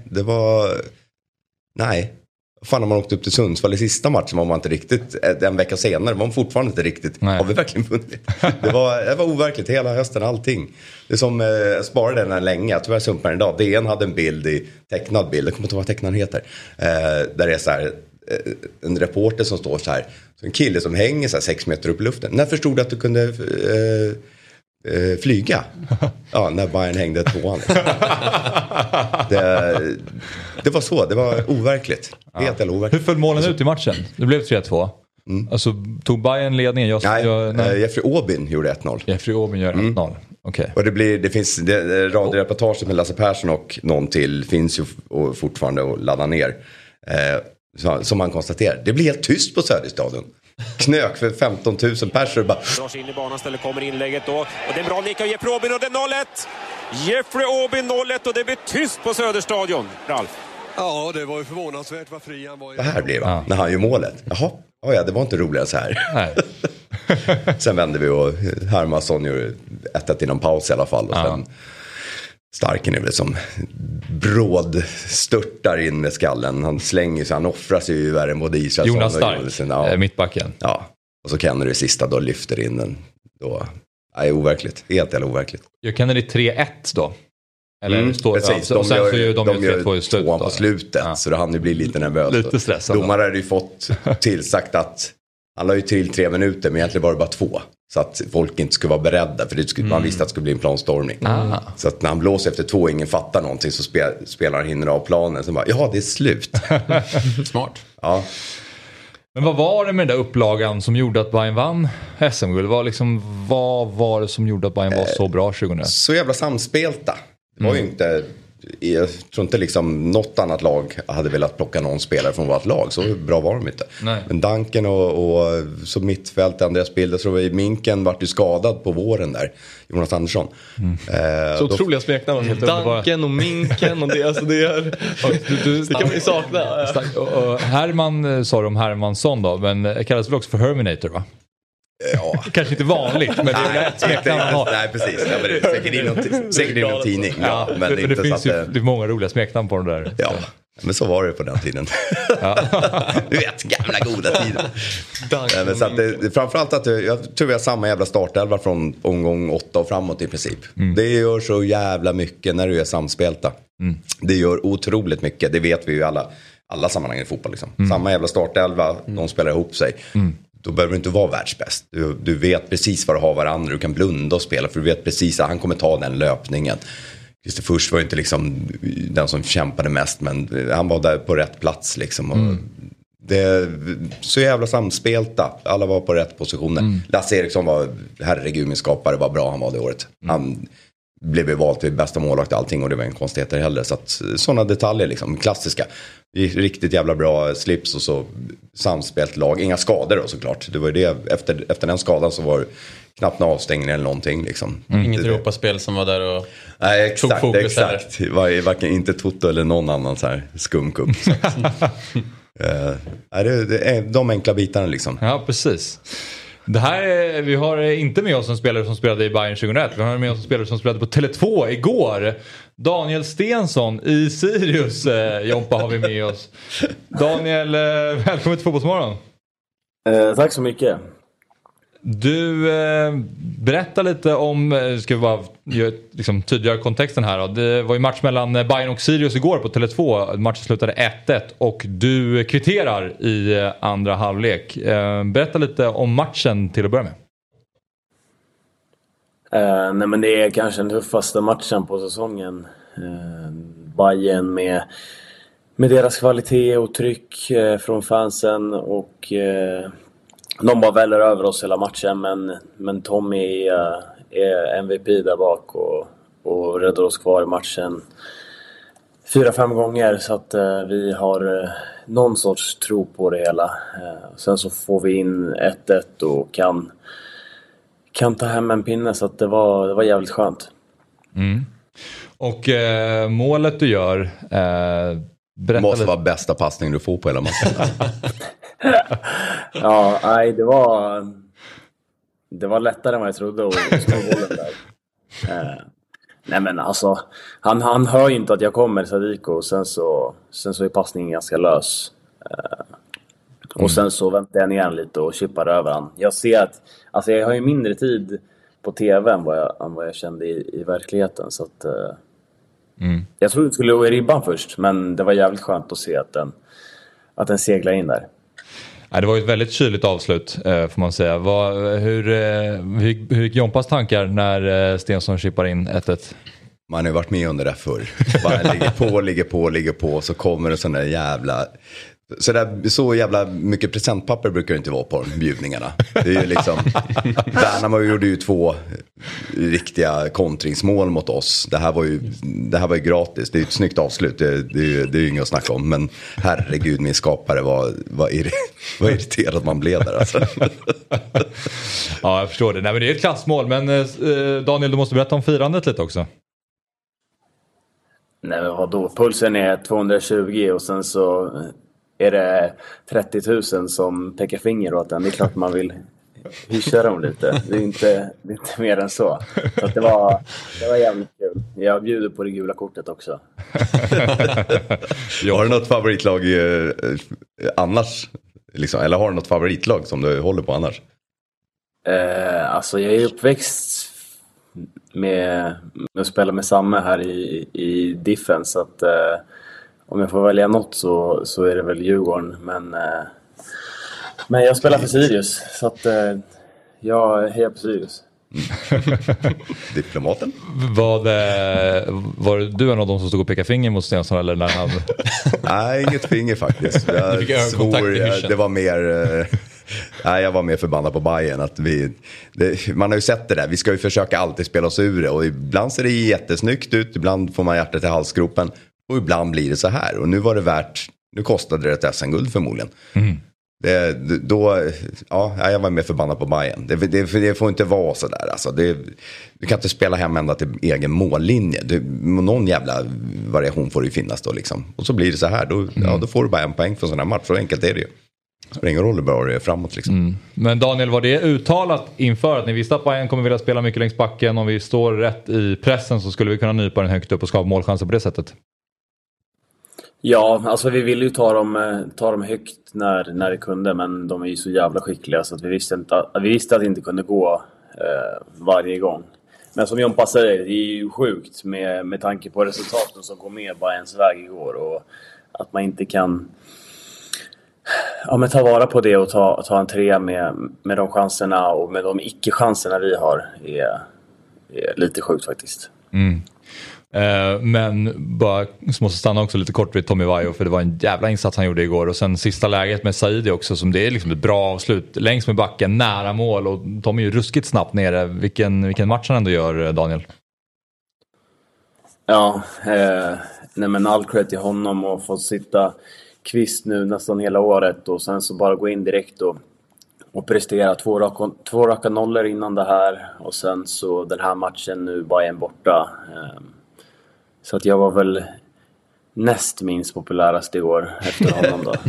Nej. Fan, när man åkte upp till Sundsvall i sista matchen var man inte riktigt, en vecka senare var man fortfarande inte riktigt, har vi verkligen vunnit? Det var overkligt hela hösten, allting. Det är som, jag sparade den här länge, jag tyvärr sumpade den idag. DN hade en bild tecknad bild, jag kommer inte ihåg vad tecknaren heter. Där det är så här, en reporter som står så här, en kille som hänger så här 6 meter upp i luften. När förstod du att du kunde flyga? Ja, när Bayern hängde 2:an. Det var så, det var overkligt. Helt overkligt. Hur föll målen ut i matchen? Det blev 3-2. Alltså tog Bayern ledningen? Nej. Jeffrey Aubin gjorde 1-0. Jeffrey Aubin gör 1-0. Okej. Och det finns radioreportaget med Lasse Persson och någon till finns ju fortfarande att ladda ner. Som man konstaterar. Det blir helt tyst på Söderstadion. Knök för 15 000 personer bara. Drar sig in i banan, ställer kommer inlägget då. Och det är en bra nick av Jeffrey Aubin och det är 0-1. Jeffrey Aubin 0-1 och det blir tyst på Söderstadion. Ralf. Ja, det var ju förvånansvärt vad fri han var. Det här blev när han gör målet. Jaha, det var inte roligare så här. Nej. Sen vände vi och Hermansson gjorde 1-1 innan paus i alla fall. Och sen Starken är väl som bråd störtar in med skallen. Han slänger sig, han offrar sig ju värre än både Israelsson Jonas Stark, mittbacken. Ja, och så Kennedy sista då lyfter in den. Då är overkligt, helt eller overkligt. Gör Kennedy 3-1 då? Eller precis, och sen så gör de 3-2 i slutet. På slutet, så han blir lite nervös. Lite stressad. Domare hade ju fått tillsagt att han la ju till 3 minuter, men egentligen var det bara 2. Så att folk inte skulle vara beredda, för man visste att det skulle bli en planstormning. Så att när han blåser efter 2 och ingen fattar någonting, så spelar han hinner av planen. Så bara, det är slut. Smart. Ja. Men vad var det med den där upplagan som gjorde att Bayern vann SM-guld? Vad var det som gjorde att Bayern var så bra 2001? Så jävla samspelta. Det var ju inte... Jag tror inte liksom något annat lag hade velat plocka någon spelare från vårt lag. Så bra var de inte. Nej. Men Duncan och så mittfält, Andreas Bilder, så i Minken vart ju skadad på våren där. Jonas Andersson. Så otroliga smeknamn. Duncan och Minken och det, alltså det är... det kan man ju sakna. Och Herman sa de Hermansson då, men kallas väl också för Herminator, va? Ja. Kanske inte vanligt, men det är ett smeknamn han har. Nej, precis. Ja, men det är säkert i någon tidning. Ja, men det inte finns så ju att det är många roliga smeknamn på de där. Ja, men så var det på den tiden. Du vet, gamla goda tider. Men så att det, framförallt att jag tror vi har samma jävla startelva från omgång 8 och framåt i princip. Det gör så jävla mycket när du är samspelta. Det gör otroligt mycket, det vet vi ju alla sammanhang i fotboll liksom. Samma jävla startelva, de spelar ihop sig. Då behöver du inte vara världsbäst. Du vet precis vad du har varandra. Du kan blunda och spela för du vet precis att han kommer ta den löpningen. Just det, först var inte liksom den som kämpade mest, men han var där på rätt plats liksom. Och det är så jävla samspelta. Alla var på rätt positioner. Lasse Eriksson var, herregud min skapare, var bra han var det året. Han blev ju valt till bästa målvakt och allting och det var en konstighet heller. Så att sådana detaljer liksom, klassiska. Riktigt jävla bra slips och så samspelt lag. Inga skador då såklart. Det var ju det, efter den skadan så var det knappt en avstängning eller någonting liksom. Inget Europaspel som var där och tog fokus exakt. Varken inte Toto eller någon annan så här skumkupp. Det är de enkla bitarna liksom. Ja, precis. Det här vi har inte med oss en spelare som spelade i Bayern 2001. Vi har med oss en spelare som spelade på Tele2 igår. Daniel Stensson i Sirius. Jompa har vi med oss. Daniel, välkommen till Fotbollsmorgon. Tack så mycket. Du, berätta lite om, ska vi bara göra liksom, tydligare kontexten här då. Det var ju match mellan Bayern och Sirius igår på Tele2. Matchen slutade 1-1 och du kvitterar i andra halvlek. Berätta lite om matchen till att börja med. Nej, men det är kanske den tuffaste matchen på säsongen. Bayern med deras kvalitet och tryck från fansen och de bara väller över oss hela matchen, men Tommy är MVP där bak och räddar oss kvar i matchen 4-5 gånger så att vi har någon sorts tro på det hela. Sen så får vi in 1-1 och kan ta hem en pinne så att det var jävligt skönt. Och målet du gör, det måste vara bästa passning du får på hela matchen. Ja, nej, det var lättare än vad jag trodde att slå bollen där. Nej men alltså, han hör ju inte att jag kommer, Sadiko, och sen så är passningen ganska lös. Och sen så väntar jag ner lite och chippar över han. Jag ser att, alltså jag har ju mindre tid på tv än vad jag kände i verkligheten, så att jag trodde det skulle gå i ribban först, men det var jävligt skönt att se att den seglar in där. Det var ju ett väldigt kyligt avslut får man säga. Hur gick Jompas tankar när Stensson chippar in 1-1? Man har ju varit med under det förr. Bara ligger på så kommer det sån där jävla... Så jävla mycket presentpapper brukar det inte vara på bjudningarna. Det är ju liksom... Värnamo gjorde ju 2 riktiga kontringsmål mot oss. Det här var ju gratis. Det är ju ett snyggt avslut. Det är ju inget att snacka om. Men herregud, min skapare var irriterad man blev där alltså. Ja, jag förstår det. Nej, men det är ett klassmål. Men Daniel, du måste berätta om firandet lite också. Nej, men vadå? Pulsen är 220 och sen så är det 30 000 som pekar finger åt den. Det är klart man vill hyscha dem lite. Det är inte mer än så. Så att det var jävligt kul. Jag bjuder på det gula kortet också. Har du något favoritlag annars? Liksom, eller har du något favoritlag som du håller på annars? Alltså jag är uppväxt med att spela med Samme här i Diffen, så att om jag får välja något så är det väl Djurgården, men jag spelar för Sirius, så att jag hejar på Sirius. Diplomaten? Var du en av de som stod och pekade finger mot Stensson eller när han... Nej, inget finger faktiskt. Det var mer... Nej, jag var mer förbannad på Bayern att man har ju sett det där. Vi ska ju försöka alltid spela oss ur det. Och ibland ser det jättesnyggt ut. Ibland får man hjärtat i halsgropen. Och ibland blir det så här. Och nu var det värt... Nu kostade det ett SM-guld förmodligen. Jag var mer förbannad på Bayern. Det får inte vara så där. Alltså, du kan inte spela hem ända till egen mållinje. Någon jävla variation får det ju finnas då liksom. Och så blir det så här. Då får du bara en poäng för sån här match. Så enkelt är det ju. spelar ingen roll hur bra det är framåt liksom. Men Daniel, var det uttalat inför att ni visste att Bayern kommer vilja spela mycket längs backen? Om vi står rätt i pressen så skulle vi kunna nypa den högt upp och skapa målchanser på det sättet? Ja, alltså vi ville ju ta dem högt när det kunde, men de är ju så jävla skickliga så att vi visste att det inte kunde gå varje gång. Men som Jompa säger, det är ju sjukt med tanke på resultaten som går med Bayerns väg igår och att man inte kan ta vara på det och ta en 3 med de chanserna och med de icke-chanserna vi har är lite sjukt faktiskt. Men bara måste stanna också lite kort vid Tommy Vaiho, för det var en jävla insats han gjorde igår. Och sen sista läget med Saidi också, som det är liksom ett bra avslut längs med backen, nära mål, och Tommy är ju ruskigt snabbt nere. Vilken match han ändå gör, Daniel. Ja, men all credit till honom och få sitta kvist nu nästan hela året och sen så bara gå in direkt och prestera två raka nollor innan det här och sen så den här matchen nu Bayern borta. Så att jag var väl näst minst populärast i år efter honom då.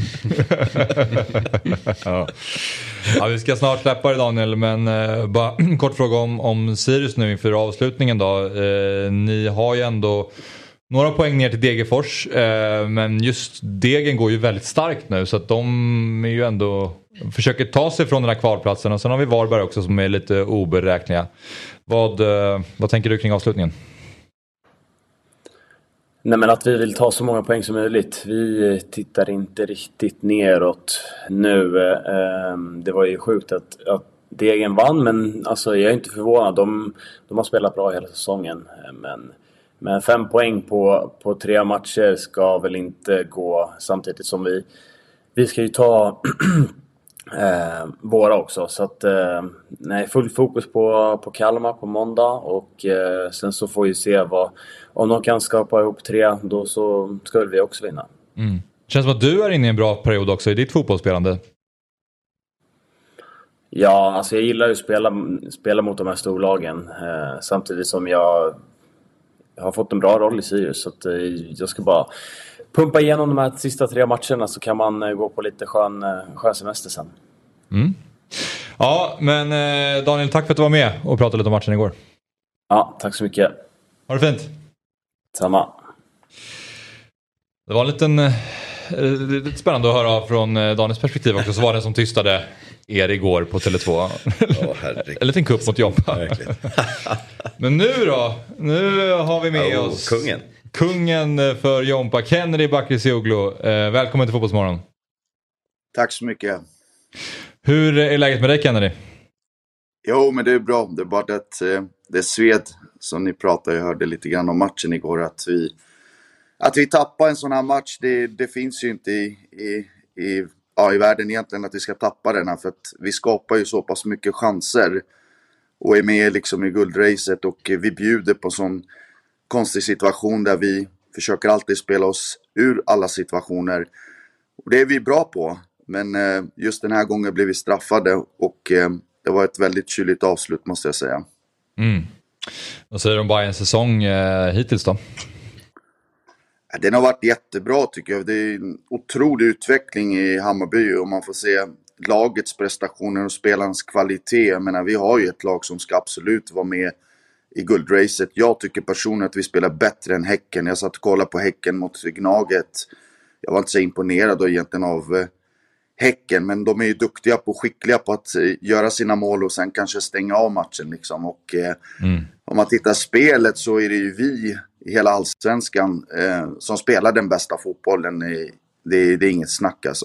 Ja, vi ska snart släppa det, Daniel, men bara kort fråga om Sirius nu inför avslutningen då. Ni har ju ändå några poäng ner till Degerfors, men just Degen går ju väldigt starkt nu, så att de är ju ändå försöker ta sig från den här kvalplatsen. Och sen har vi Varberg också som är lite oberäkneliga. Vad tänker du kring avslutningen? Nej, men att vi vill ta så många poäng som möjligt. Vi tittar inte riktigt neråt nu. Det var ju sjukt att Degen vann, men alltså, jag är inte förvånad. De har spelat bra hela säsongen. Men 5 poäng på 3 matcher ska väl inte gå, samtidigt som vi ska ju ta våra också. Så att full fokus på Kalmar på måndag, och sen så får vi se om de kan skapa ihop 3, då så ska vi också vinna. Känns som att du är inne i en bra period också i ditt fotbollsspelande. Ja, alltså jag gillar ju att spela mot de här storlagen, samtidigt som jag har fått en bra roll i Sirius, så att jag ska bara pumpa igenom de här sista 3 matcherna, så kan man gå på lite skön semester sen. Ja, men Daniel, tack för att du var med och pratade lite om matchen igår. Ja, tack så mycket. Ha det fint. Samma. Det var lite spännande att höra från Daniels perspektiv också. Så var det som tystade er igår på Tele2. En liten kupp mot Jompa. Men nu då? Nu har vi med oss kungen för Jompa, Kennedy Bakircioglu. Välkommen till Fotbollsmorgon. Tack så mycket. Hur är läget med dig, Kennedy? Jo, men det är bra. Det är bara att det sved som ni pratade. Jag hörde lite grann om matchen igår. Att vi tappar en sån här match, det finns ju inte i världen egentligen att vi ska tappa den här. För att vi skapar ju så pass mycket chanser och är med liksom i guldracet. Och vi bjuder på sån konstig situation där vi försöker alltid spela oss ur alla situationer. Och det är vi bra på. Men just den här gången blev vi straffade och det var ett väldigt kyligt avslut, måste jag säga. Vad säger du om Bayerns säsong hittills då? Den har varit jättebra, tycker jag. Det är en otrolig utveckling i Hammarby och man får se lagets prestationer och spelarens kvalitet. Jag menar, vi har ju ett lag som ska absolut vara med i guldracet. Jag tycker personligen att vi spelar bättre än Häcken. Jag satt och kollade på Häcken mot Gnaget. Jag var inte så imponerad då egentligen av Häcken, men de är ju duktiga på, skickliga på att göra sina mål och sen kanske stänga av matchen liksom. Och om man tittar spelet så är det ju vi i hela allsvenskan som spelar den bästa fotbollen. Det är inget snack alltså.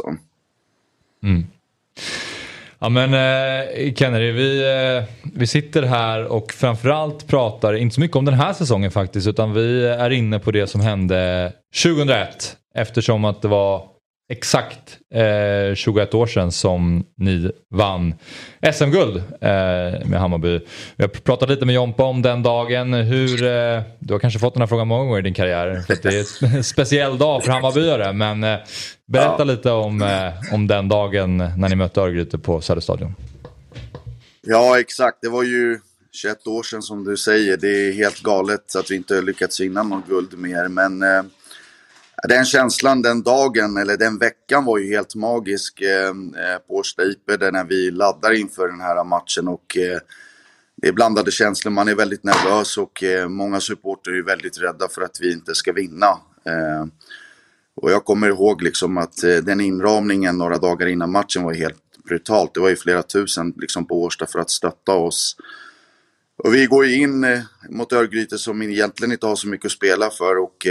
Ja, men Kennedy, vi sitter här och framförallt pratar inte så mycket om den här säsongen faktiskt, utan vi är inne på det som hände 2001, eftersom att det var exakt 21 år sedan som ni vann SM-guld med Hammarby. Vi har pratat lite med Jompa om den dagen. Du har kanske fått den här frågan många gånger i din karriär, för att det är en speciell dag för Hammarbyare, men berätta lite om den dagen när ni mötte Örgryte på Söderstadion. Ja, exakt. Det var ju 21 år sedan som du säger. Det är helt galet att vi inte har lyckats vinna någon guld mer, men Den känslan den dagen eller den veckan var ju helt magisk på Årsta IP där när vi laddar inför den här matchen och det är blandade känslor. Man är väldigt nervös och många supporter är väldigt rädda för att vi inte ska vinna. Och jag kommer ihåg liksom att den inramningen några dagar innan matchen var helt brutalt. Det var ju flera tusen liksom på Årsta för att stötta oss. Och vi går ju in mot Örgryte som egentligen inte har så mycket att spela för och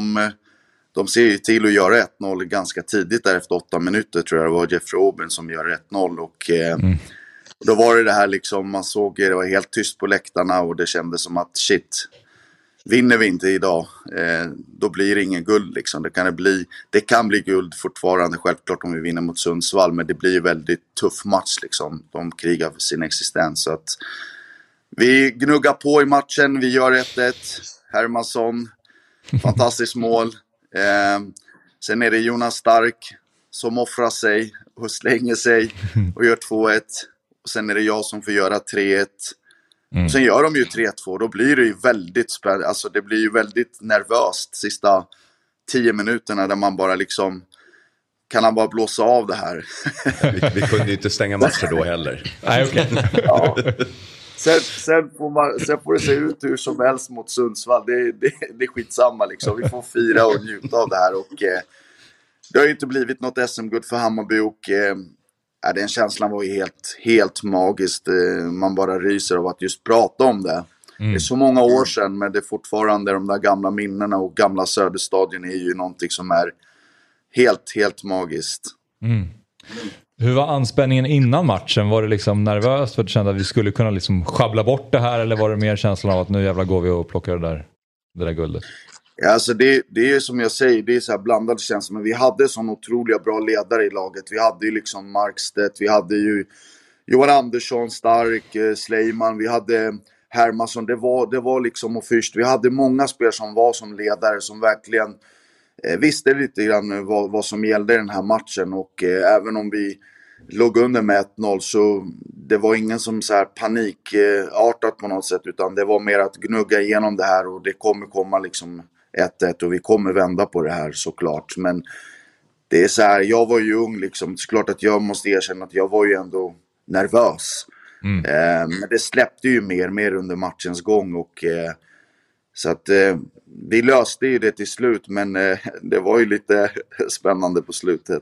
de ser ju till att göra 1-0 ganska tidigt där efter 8 minuter tror jag det var Jeffrey Aubin som gör 1-0 och då var det här liksom, man såg det var helt tyst på läktarna och det kändes som att shit, vinner vi inte idag då blir det ingen guld liksom. Det kan bli guld fortfarande självklart om vi vinner mot Sundsvall, men det blir väldigt tuff match liksom. De krigar för sin existens så att vi gnuggar på i matchen, vi gör 1-1. Hermansson, fantastiskt mål. Sen är det Jonas Stark som offrar sig och slänger sig och gör 2-1. Och sen är det jag som får göra 3-1. Sen gör de ju 3-2. Då blir det ju väldigt spännande. Alltså det blir ju väldigt nervöst sista 10 minuterna där man bara liksom kan han bara blåsa av det här. vi kunde ju inte stänga matcher då heller. Nej, okej. Ja. Sen får det se ut hur som helst mot Sundsvall. Det är skitsamma liksom. Vi får fira och njuta av det här. Och det har ju inte blivit något SM-guld för Hammarby. Och den känslan var ju helt magiskt. Man bara ryser av att just prata om det. Det är så många år sedan, men det är fortfarande de där gamla minnena. Och gamla Söderstadion är ju någonting som är helt magiskt. Hur var anspänningen innan matchen? Var det liksom nervöst för att du kände att vi skulle kunna liksom schabbla bort det här? Eller var det mer känslan av att nu jävla går vi och plockar det där guldet? Ja, alltså det är som jag säger, det är så här blandade känslor. Men vi hade sån otroliga bra ledare i laget. Vi hade ju liksom Markstedt, vi hade ju Johan Andersson, Stark, Sleiman, vi hade Hermansson. Det var liksom och först. Vi hade många spelare som var som ledare som verkligen visste lite grann vad som gällde i den här matchen och även om vi låg under med 1-0 så det var ingen som så här panikartat på något sätt utan det var mer att gnugga igenom det här och det kommer komma liksom 1-1 och vi kommer vända på det här såklart, men det är så här, jag var ju ung liksom, det är klart att jag måste erkänna att jag var ju ändå nervös men det släppte ju mer under matchens gång och så att vi löste ju det till slut, men det var ju lite spännande på slutet.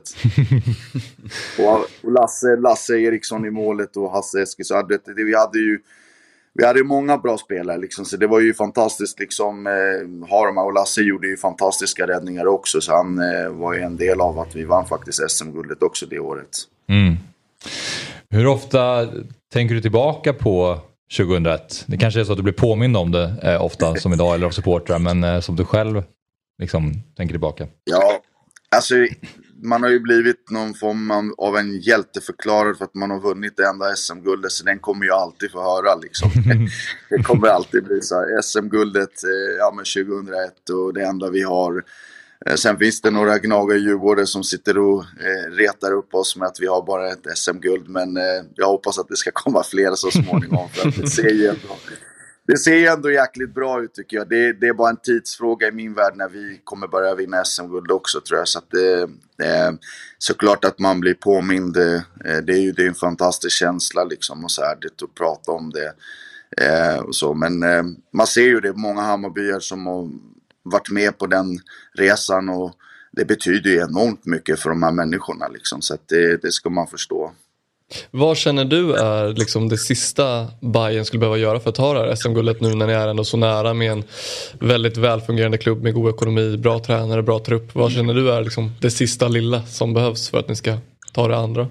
och Lasse Eriksson i målet och Hasse Eskilsson. Vi hade ju många bra spelare liksom, så det var ju fantastiskt liksom. Harma och Lasse gjorde ju fantastiska räddningar också, så han var ju en del av att vi vann faktiskt SM-guldet också det året. Hur ofta tänker du tillbaka på 2001? Det kanske är så att du blir påmind om det ofta som idag eller av supportrar, men som du själv liksom tänker tillbaka. Ja, alltså man har ju blivit någon form av en hjälteförklarad för att man har vunnit det enda SM-guldet, så den kommer jag alltid få höra liksom. Det kommer alltid bli så här, SM-guldet men 2001 och det enda vi har. Sen finns det några gnagare Djurgårdare som sitter och retar upp oss med att vi har bara ett SM-guld. Men jag hoppas att det ska komma fler så småningom. För att det ser ju ändå jäkligt bra ut tycker jag. Det är bara en tidsfråga i min värld när vi kommer börja vinna SM-guld också tror jag. Så att såklart att man blir påmind. Det är ju en fantastisk känsla liksom. Och så här, det att prata om det. Och så. Men man ser ju det många Hammarbyar som har varit med på den resan och det betyder ju enormt mycket för de här människorna liksom, så att det ska man förstå. Vad känner du är liksom det sista Bayern skulle behöva göra för att ta det här SM-guldet nu när ni är ändå så nära med en väldigt välfungerande klubb med god ekonomi, bra tränare, bra trupp? Vad känner du är liksom det sista lilla som behövs för att ni ska ta det andra?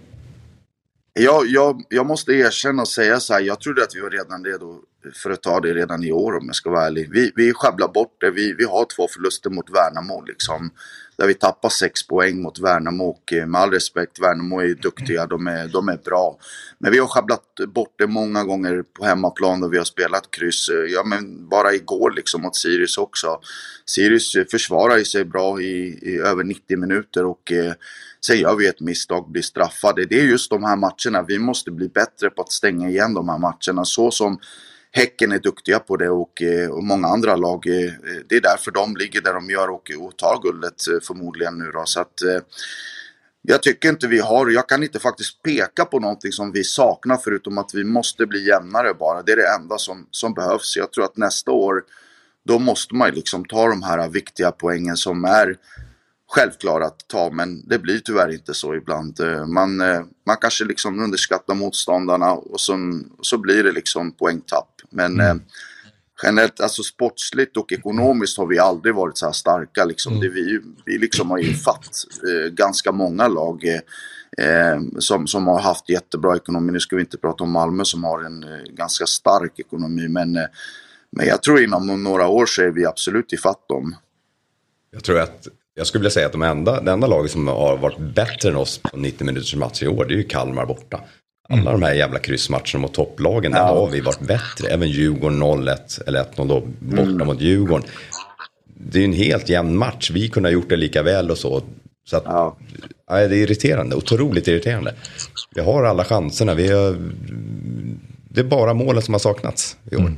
Jag måste erkänna och säga så här, jag trodde att vi var redan redo för att ta det redan i år om jag ska vara ärlig. Vi sjabblar bort det, vi har 2 förluster mot Värnamo liksom. Där vi tappar 6 poäng mot Värnamo och med all respekt, Värnamo är duktiga, de är bra. Men vi har sjabblat bort det många gånger på hemmaplan och vi har spelat kryss. Ja men bara igår liksom mot Sirius också. Sirius försvarar sig bra i över 90 minuter och sen gör vi ett misstag, blir straffade. Det är just de här matcherna, vi måste bli bättre på att stänga igen de här matcherna. Så som Häcken är duktiga på det och många andra lag. Det är därför de ligger där de gör och tar guldet förmodligen nu då. Så att jag tycker inte jag kan inte faktiskt peka på någonting som vi saknar förutom att vi måste bli jämnare bara. Det är det enda som behövs. Jag tror att nästa år då måste man liksom ta de här viktiga poängen som är självklara att ta, men det blir tyvärr inte så ibland. Man kanske liksom underskattar motståndarna och så blir det liksom poängtapp. Men generellt, alltså sportsligt och ekonomiskt har vi aldrig varit så här starka. Liksom. Vi liksom har ju fatt ganska många lag som har haft jättebra ekonomi. Nu ska vi inte prata om Malmö som har en ganska stark ekonomi, men jag tror inom några år så är vi absolut i fatt dem. Jag skulle vilja säga att det enda laget som har varit bättre än oss på 90 minuters match i år, det är ju Kalmar borta. Alla de här jävla kryssmatcherna mot topplagen, där har vi varit bättre. Även Djurgården 0-1 eller 1-0 då, borta mot Djurgården. Det är ju en helt jämn match. Vi kunde ha gjort det lika väl och så. Så att, det är irriterande, otroligt irriterande. Vi har alla chanserna. Det är bara målen som har saknats i år.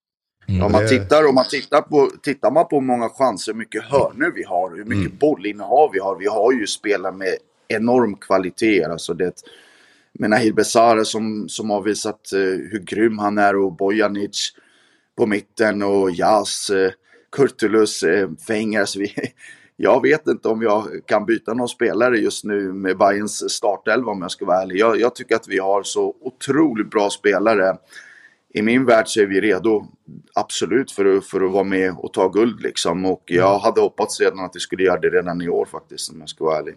Tittar man på hur många chanser, hur mycket hörnor vi har, hur mycket bollinnehav vi har. Vi har ju spelare med enorm kvalitet. Alltså med Nahir Besara som har visat hur grym han är, och Bojanic på mitten och Jas, Kurtulus, Wenger. Så jag vet inte om jag kan byta någon spelare just nu med Bayerns startelva om jag ska vara ärlig. Jag tycker att vi har så otroligt bra spelare. I min värld så är vi redo absolut för att vara med och ta guld liksom. Och jag hade hoppats redan att vi skulle göra det redan i år faktiskt, om jag ska vara ärlig.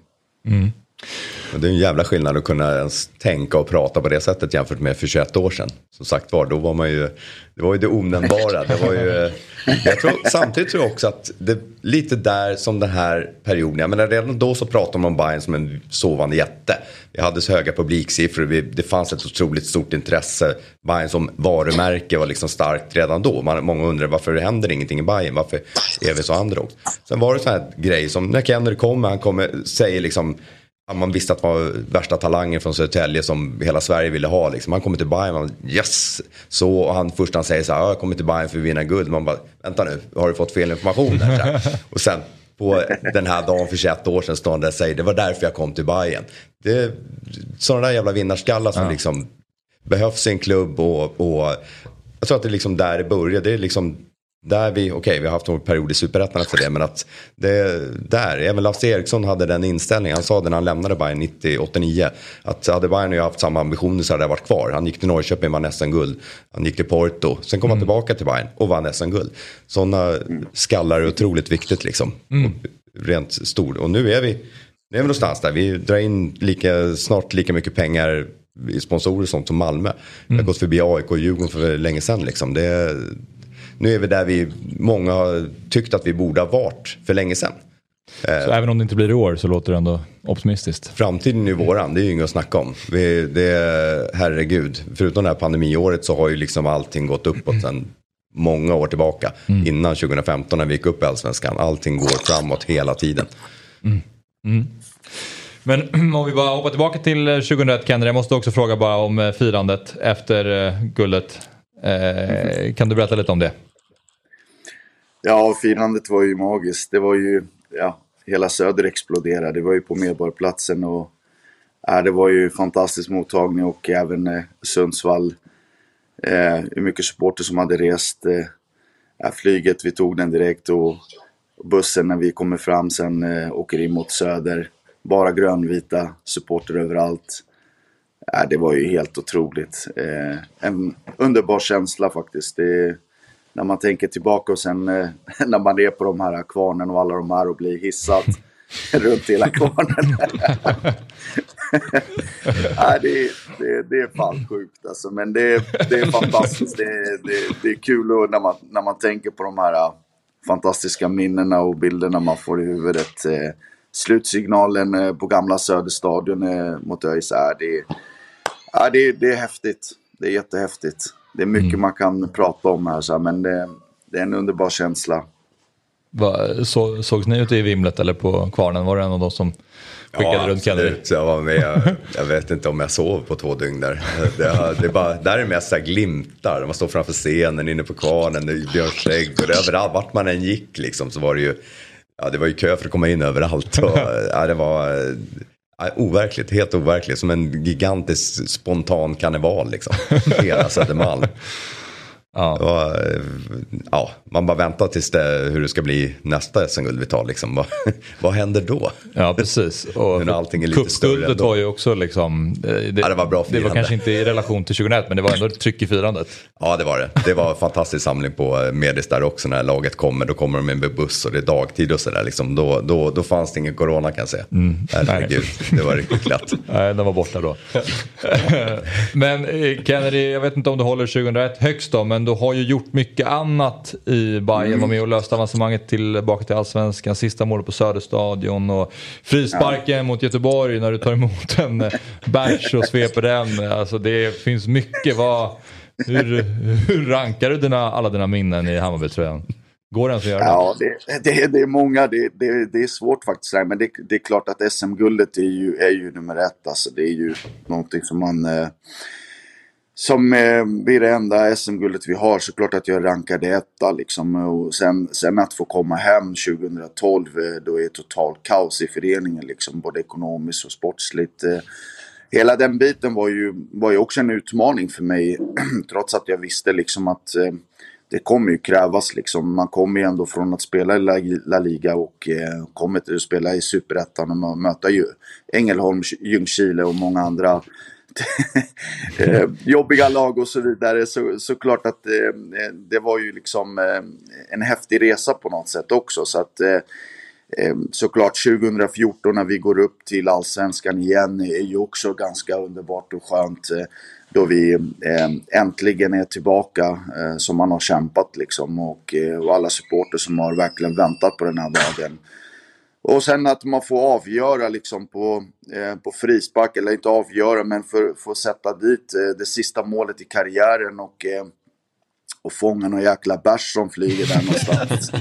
Det är en jävla skillnad att kunna ens tänka och prata på det sättet jämfört med för 21 år sedan. Som sagt var, då var man ju, det var ju det onämnbara. Det var ju, samtidigt tror jag också att det lite där som den här perioden, jag menar redan då så pratade man om Bayern som en sovande jätte. Vi hade så höga publiksiffror, det fanns ett otroligt stort intresse. Bayern som varumärke var liksom starkt redan då. Många undrar varför det händer ingenting i Bayern, varför är vi så andra också. Sen var det så här grej som när Kenner kommer, säger liksom, man visste att det var värsta talangen från Södertälje som hela Sverige ville ha. Liksom. Han kommer till Bayern, man yes! Så, och han säger så här, jag kommer till Bayern för att vinna guld. Man bara, vänta nu, har du fått fel information där? Och sen på den här dagen för 21 år sedan står han där och säger, det var därför jag kom till Bayern. Det är sådana där jävla vinnarskallar som liksom behövs i en klubb och jag tror att det är liksom där det börjar. Det är liksom där vi har haft en period i Superettan efter det, men att även Lars Eriksson hade den inställningen. Han sa det när han lämnade Bayern 90-89 att hade Bayern ju haft samma ambitioner så hade det varit kvar. Han gick till Norrköping och vann SM-guld. Han gick till Porto, sen kom han tillbaka till Bayern och vann SM-guld. Sådana skallar är otroligt viktigt liksom. Rent stor. Och nu är vi någonstans där. Vi drar in snart lika mycket pengar i sponsorer som Malmö. Det har gått förbi AIK och Djurgården för länge sedan liksom. Nu är vi där många har tyckt att vi borde ha varit för länge sedan. Så även om det inte blir i år så låter det ändå optimistiskt. Framtiden är våran, det är ju inget att snacka om. Herregud, förutom det här pandemiåret så har ju liksom allting gått uppåt sedan många år tillbaka. Innan 2015 när vi gick upp i Allsvenskan. Allting går framåt hela tiden. Men om vi bara hoppar tillbaka till 2001, Kenner, jag måste också fråga bara om firandet efter guldet. Kan du berätta lite om det? Ja, firandet var ju magiskt. Det var ju, hela Söder exploderade. Det var ju på Medborgarplatsen och det var ju fantastisk mottagning och även Sundsvall. Hur mycket supporter som hade rest. Flyget, vi tog den direkt och bussen när vi kommer fram sen åker in mot Söder. Bara grönvita supporter överallt. Det var ju helt otroligt. En underbar känsla faktiskt. När man tänker tillbaka och sen när man är på de här kvarnen och alla de här och blir hissat runt hela kvarnen. Det är fan sjukt alltså. Men det är fantastiskt. Det är kul och när man tänker på de här fantastiska minnena och bilderna man får i huvudet. Slutsignalen på gamla Söderstadion mot ÖIS det är häftigt. Det är jättehäftigt. Det är mycket man kan prata om här så här, men det är en underbar känsla. Sågs ni ute i vimlet eller på kvarnen? Var det en av de som skickade runt Kennedy. Så jag var med, jag vet inte om jag sov på 2 dygn där. Det är bara, där är mest så här glimtar. Man står framför scenen, inne på kvarnen, Björn Skägg och det överallt, vart man än gick liksom, så var det ju, det var ju kö för att komma in överallt. Och, det var overkligt, helt overkligt, som en gigantisk spontan karneval liksom. Hela Södermalm. Man bara väntar tills hur det ska bli nästa SM-guld vi tar liksom. Vad händer då? Ja, precis. Och allting är lite större ändå. var ju också liksom det var bra firande. Det var kanske inte i relation till 2001, men det var ändå ett tryck i firandet. Ja, det var det. Det var en fantastisk samling på Medis där också. När laget kommer, då kommer de med en buss och det är dagtid och sådär liksom. Då fanns det ingen corona, kan jag säga. Herregud, det var riktigt glatt. Nej, den var borta då. Men Kennedy, jag vet inte om du håller 2001 högst då, men du har ju gjort mycket annat i Bayern. Var med och löste avancemanget tillbaka till Allsvenskan. Sista målet på Söderstadion och frisparken mot Göteborg när du tar emot en bärs och sveper den. Alltså det finns mycket. Hur rankar du alla dina minnen i Hammarby-tröjan? Går det ens att göra det? Ja, det är många. Det är svårt faktiskt. Men det är klart att SM-guldet är ju nummer 1. Alltså det är ju någonting som man... Som blir det enda SM-guldet vi har, så klart att jag rankar det 1 liksom. Och sen att få komma hem 2012, då är total kaos i föreningen liksom, både ekonomiskt och sportsligt. Hela den biten var ju också en utmaning för mig, trots att jag visste liksom att det kommer ju krävas liksom. Man kommer ju ändå från att spela i La Liga och kommer till att spela i Superettan och möta ju Ängelholm, Ljungskile och många andra jobbiga lag och så vidare, så klart att det var ju liksom en häftig resa på något sätt också, så att såklart 2014 när vi går upp till Allsvenskan igen är ju också ganska underbart och skönt, då vi äntligen är tillbaka som man har kämpat liksom, och alla supporter som har verkligen väntat på den här dagen. Och sen att man får avgöra liksom på frispark, eller inte avgöra, men för sätta dit det sista målet i karriären och fånga någon jäkla bärs som flyger där någonstans.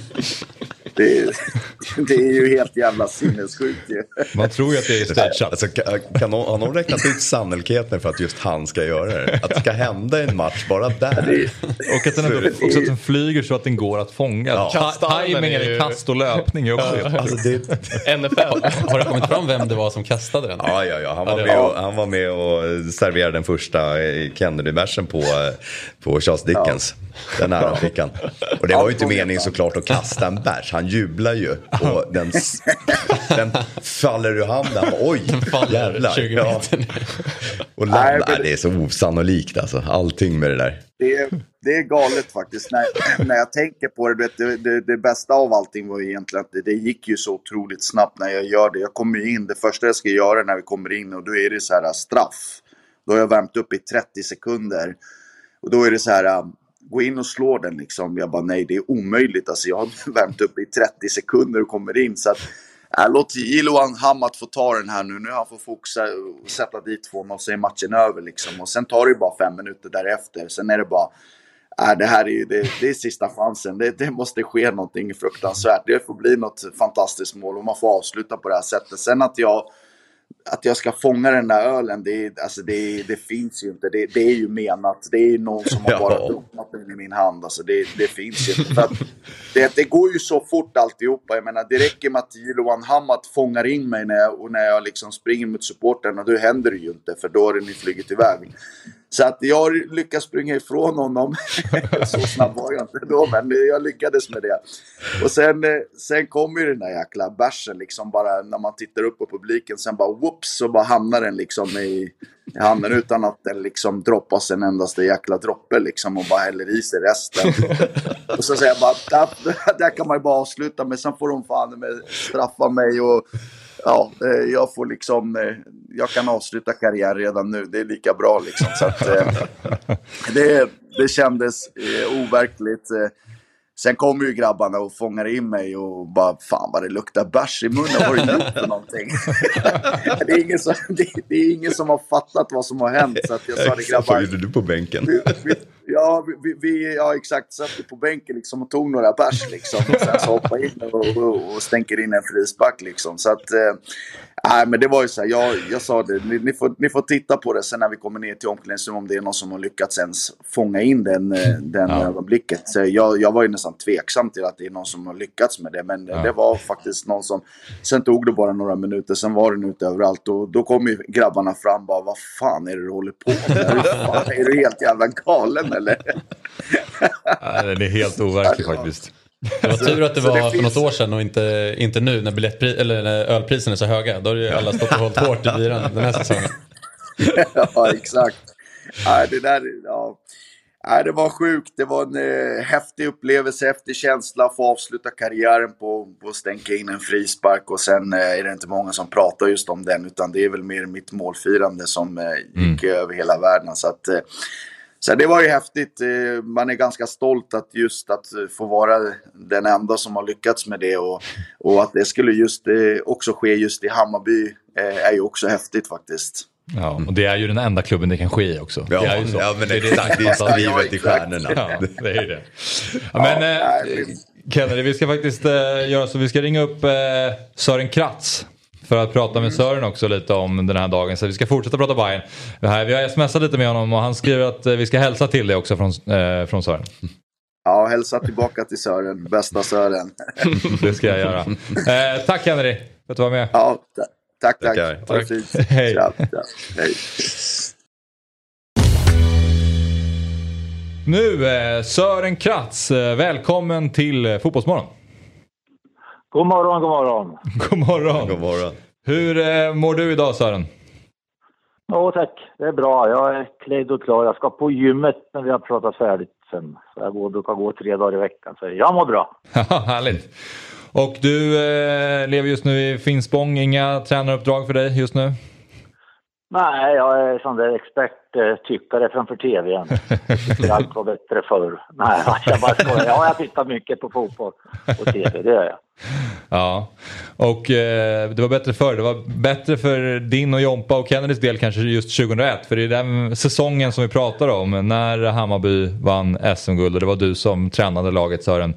Det är ju helt jävla sinnessjukt ju. Man tror ju att det är stageat. Alltså, har någon räknat ut sannolikheten för att just han ska göra det? Att det ska hända en match bara där. Och att den flyger så att den går att fånga. Ja. Timingen är kast och löpning är också. Alltså NFL. Har det kommit fram vem det var som kastade den? Ja. Han var med och serverade den första Kennedy-bärsen på Charles Dickens. Den här fick han. Och det var ju inte meningen såklart att kasta en bärs. Han jublar ju. Och den faller ur handen. Oj, jävlar. 20 meter. Och det är så osannolikt alltså. Allting med det där. Det är galet faktiskt. När jag tänker på det bästa av allting var egentligen att det gick ju så otroligt snabbt när jag gör det. Jag kommer ju in, det första jag ska göra när vi kommer in, och då är det så här straff. Då har jag värmt upp i 30 sekunder. Och då är det så här... Gå in och slå den liksom. Jag bara nej, det är omöjligt. Alltså jag har värmt upp i 30 sekunder och kommer in. Så att låt Jiloan Hamad få ta den här nu. Nu har han fått fokusera och sätta dit 2-0 och så är matchen över liksom. Och sen tar det ju bara 5 minuter därefter. Sen är det bara det här är ju det är sista chansen. Det måste ske någonting fruktansvärt. Det får bli något fantastiskt mål och man får avsluta på det här sättet. Sen att jag ska fånga den där ölen, det finns ju inte. Det är ju menat. Det är ju någon som har bara droppat den i min hand. Alltså det finns ju inte. För att det går ju så fort alltihopa. Jag menar, det räcker med att Jiloan Hamad fångar in mig när jag liksom springer mot supporten, och då händer det ju inte, för då har den flugit iväg. Så att jag lyckas springa ifrån honom. Så snabb var jag inte då, men jag lyckades med det. Och sen kommer ju den där jäkla bärsen liksom, bara när man tittar upp på publiken, sen bara whoops, så bara hamnar den liksom i handen utan att den liksom droppas en endaste jäkla droppe liksom, och bara häller i sig resten. Och så säger jag bara, där kan man ju bara avsluta, men sen får de fan med straffa mig och ja, jag får liksom, jag kan avsluta karriär redan nu. Det är lika bra liksom. Så att det kändes overkligt. Sen kommer ju grabbarna och fångar in mig och bara, fan vad det luktar bärs i munnen. Har du gjort för någonting? det är ingen som har fattat vad som har hänt. Så att jag sa det, grabbar. Vad gjorde du på bänken? Ja, exakt. Satt på bänken liksom och tog några bärs liksom. Och sen så hoppade in och stänker in en frispark liksom. Så att Nej, men det var ju så här, jag sa det, ni får titta på det sen när vi kommer ner till omklädningsrummet om det är någon som har lyckats ens fånga in den ögonblicket. Så jag var ju nästan tveksam till att det är någon som har lyckats med det, men det var faktiskt någon som, sen tog det bara några minuter, sen var den ute överallt och då kom ju grabbarna fram bara, vad fan är det du håller på med? Är du helt jävla galen eller? Den är helt overklig faktiskt. Det var tur att det var för något år sedan och inte nu när när ölpriserna är så höga. Då har ju alla stått och hållit hårt i bilen den här säsongen. Ja, exakt. Det var sjukt. Det var en häftig upplevelse, häftig känsla att få avsluta karriären på att stänka in en frispark. Och sen är det inte många som pratar just om den, utan det är väl mer mitt målfirande som gick över hela världen. Så det var ju häftigt. Man är ganska stolt att få vara den enda som har lyckats med det. Och att det skulle också ske just i Hammarby är ju också häftigt faktiskt. Ja, och det är ju den enda klubben det kan ske i också. Ja, det är ju så. Ja, men exakt. Det är skrivet i stjärnorna. Ja, det är det. Ja, men Kennedy, vi ska faktiskt göra så. Vi ska ringa upp Sören Kratz för att prata med Sören också lite om den här dagen. Så vi ska fortsätta prata Bayern. Vi har smsat lite med honom och han skriver att vi ska hälsa till dig också från Sören. Ja, hälsa tillbaka till Sören. Bästa Sören. Det ska jag göra. Tack Henry för att du var med. Ja, tack. Hej. Hej. Nu Sören Kratz, välkommen till Fotbollsmorgon. God morgon. God morgon. Hur mår du idag, Sören? Ja, tack. Det är bra. Jag är klädd och klar. Jag ska på gymmet när vi har pratat färdigt sen. Så jag brukar gå 3 dagar i veckan. Så jag mår bra. Härligt. Och du lever just nu i Finspång. Inga tränaruppdrag för dig just nu? Nej, jag är sån där experttyckare framför tvn. Allt var bättre förr. Nej, jag bara skojar. Ja, jag tittar mycket på fotboll och tv, det gör jag. Ja, och det var bättre förr. Det var bättre för din och Jompa och Kennedys del kanske just 2001. För det är den säsongen som vi pratar om. När Hammarby vann SM-guld och det var du som tränade laget, Sören.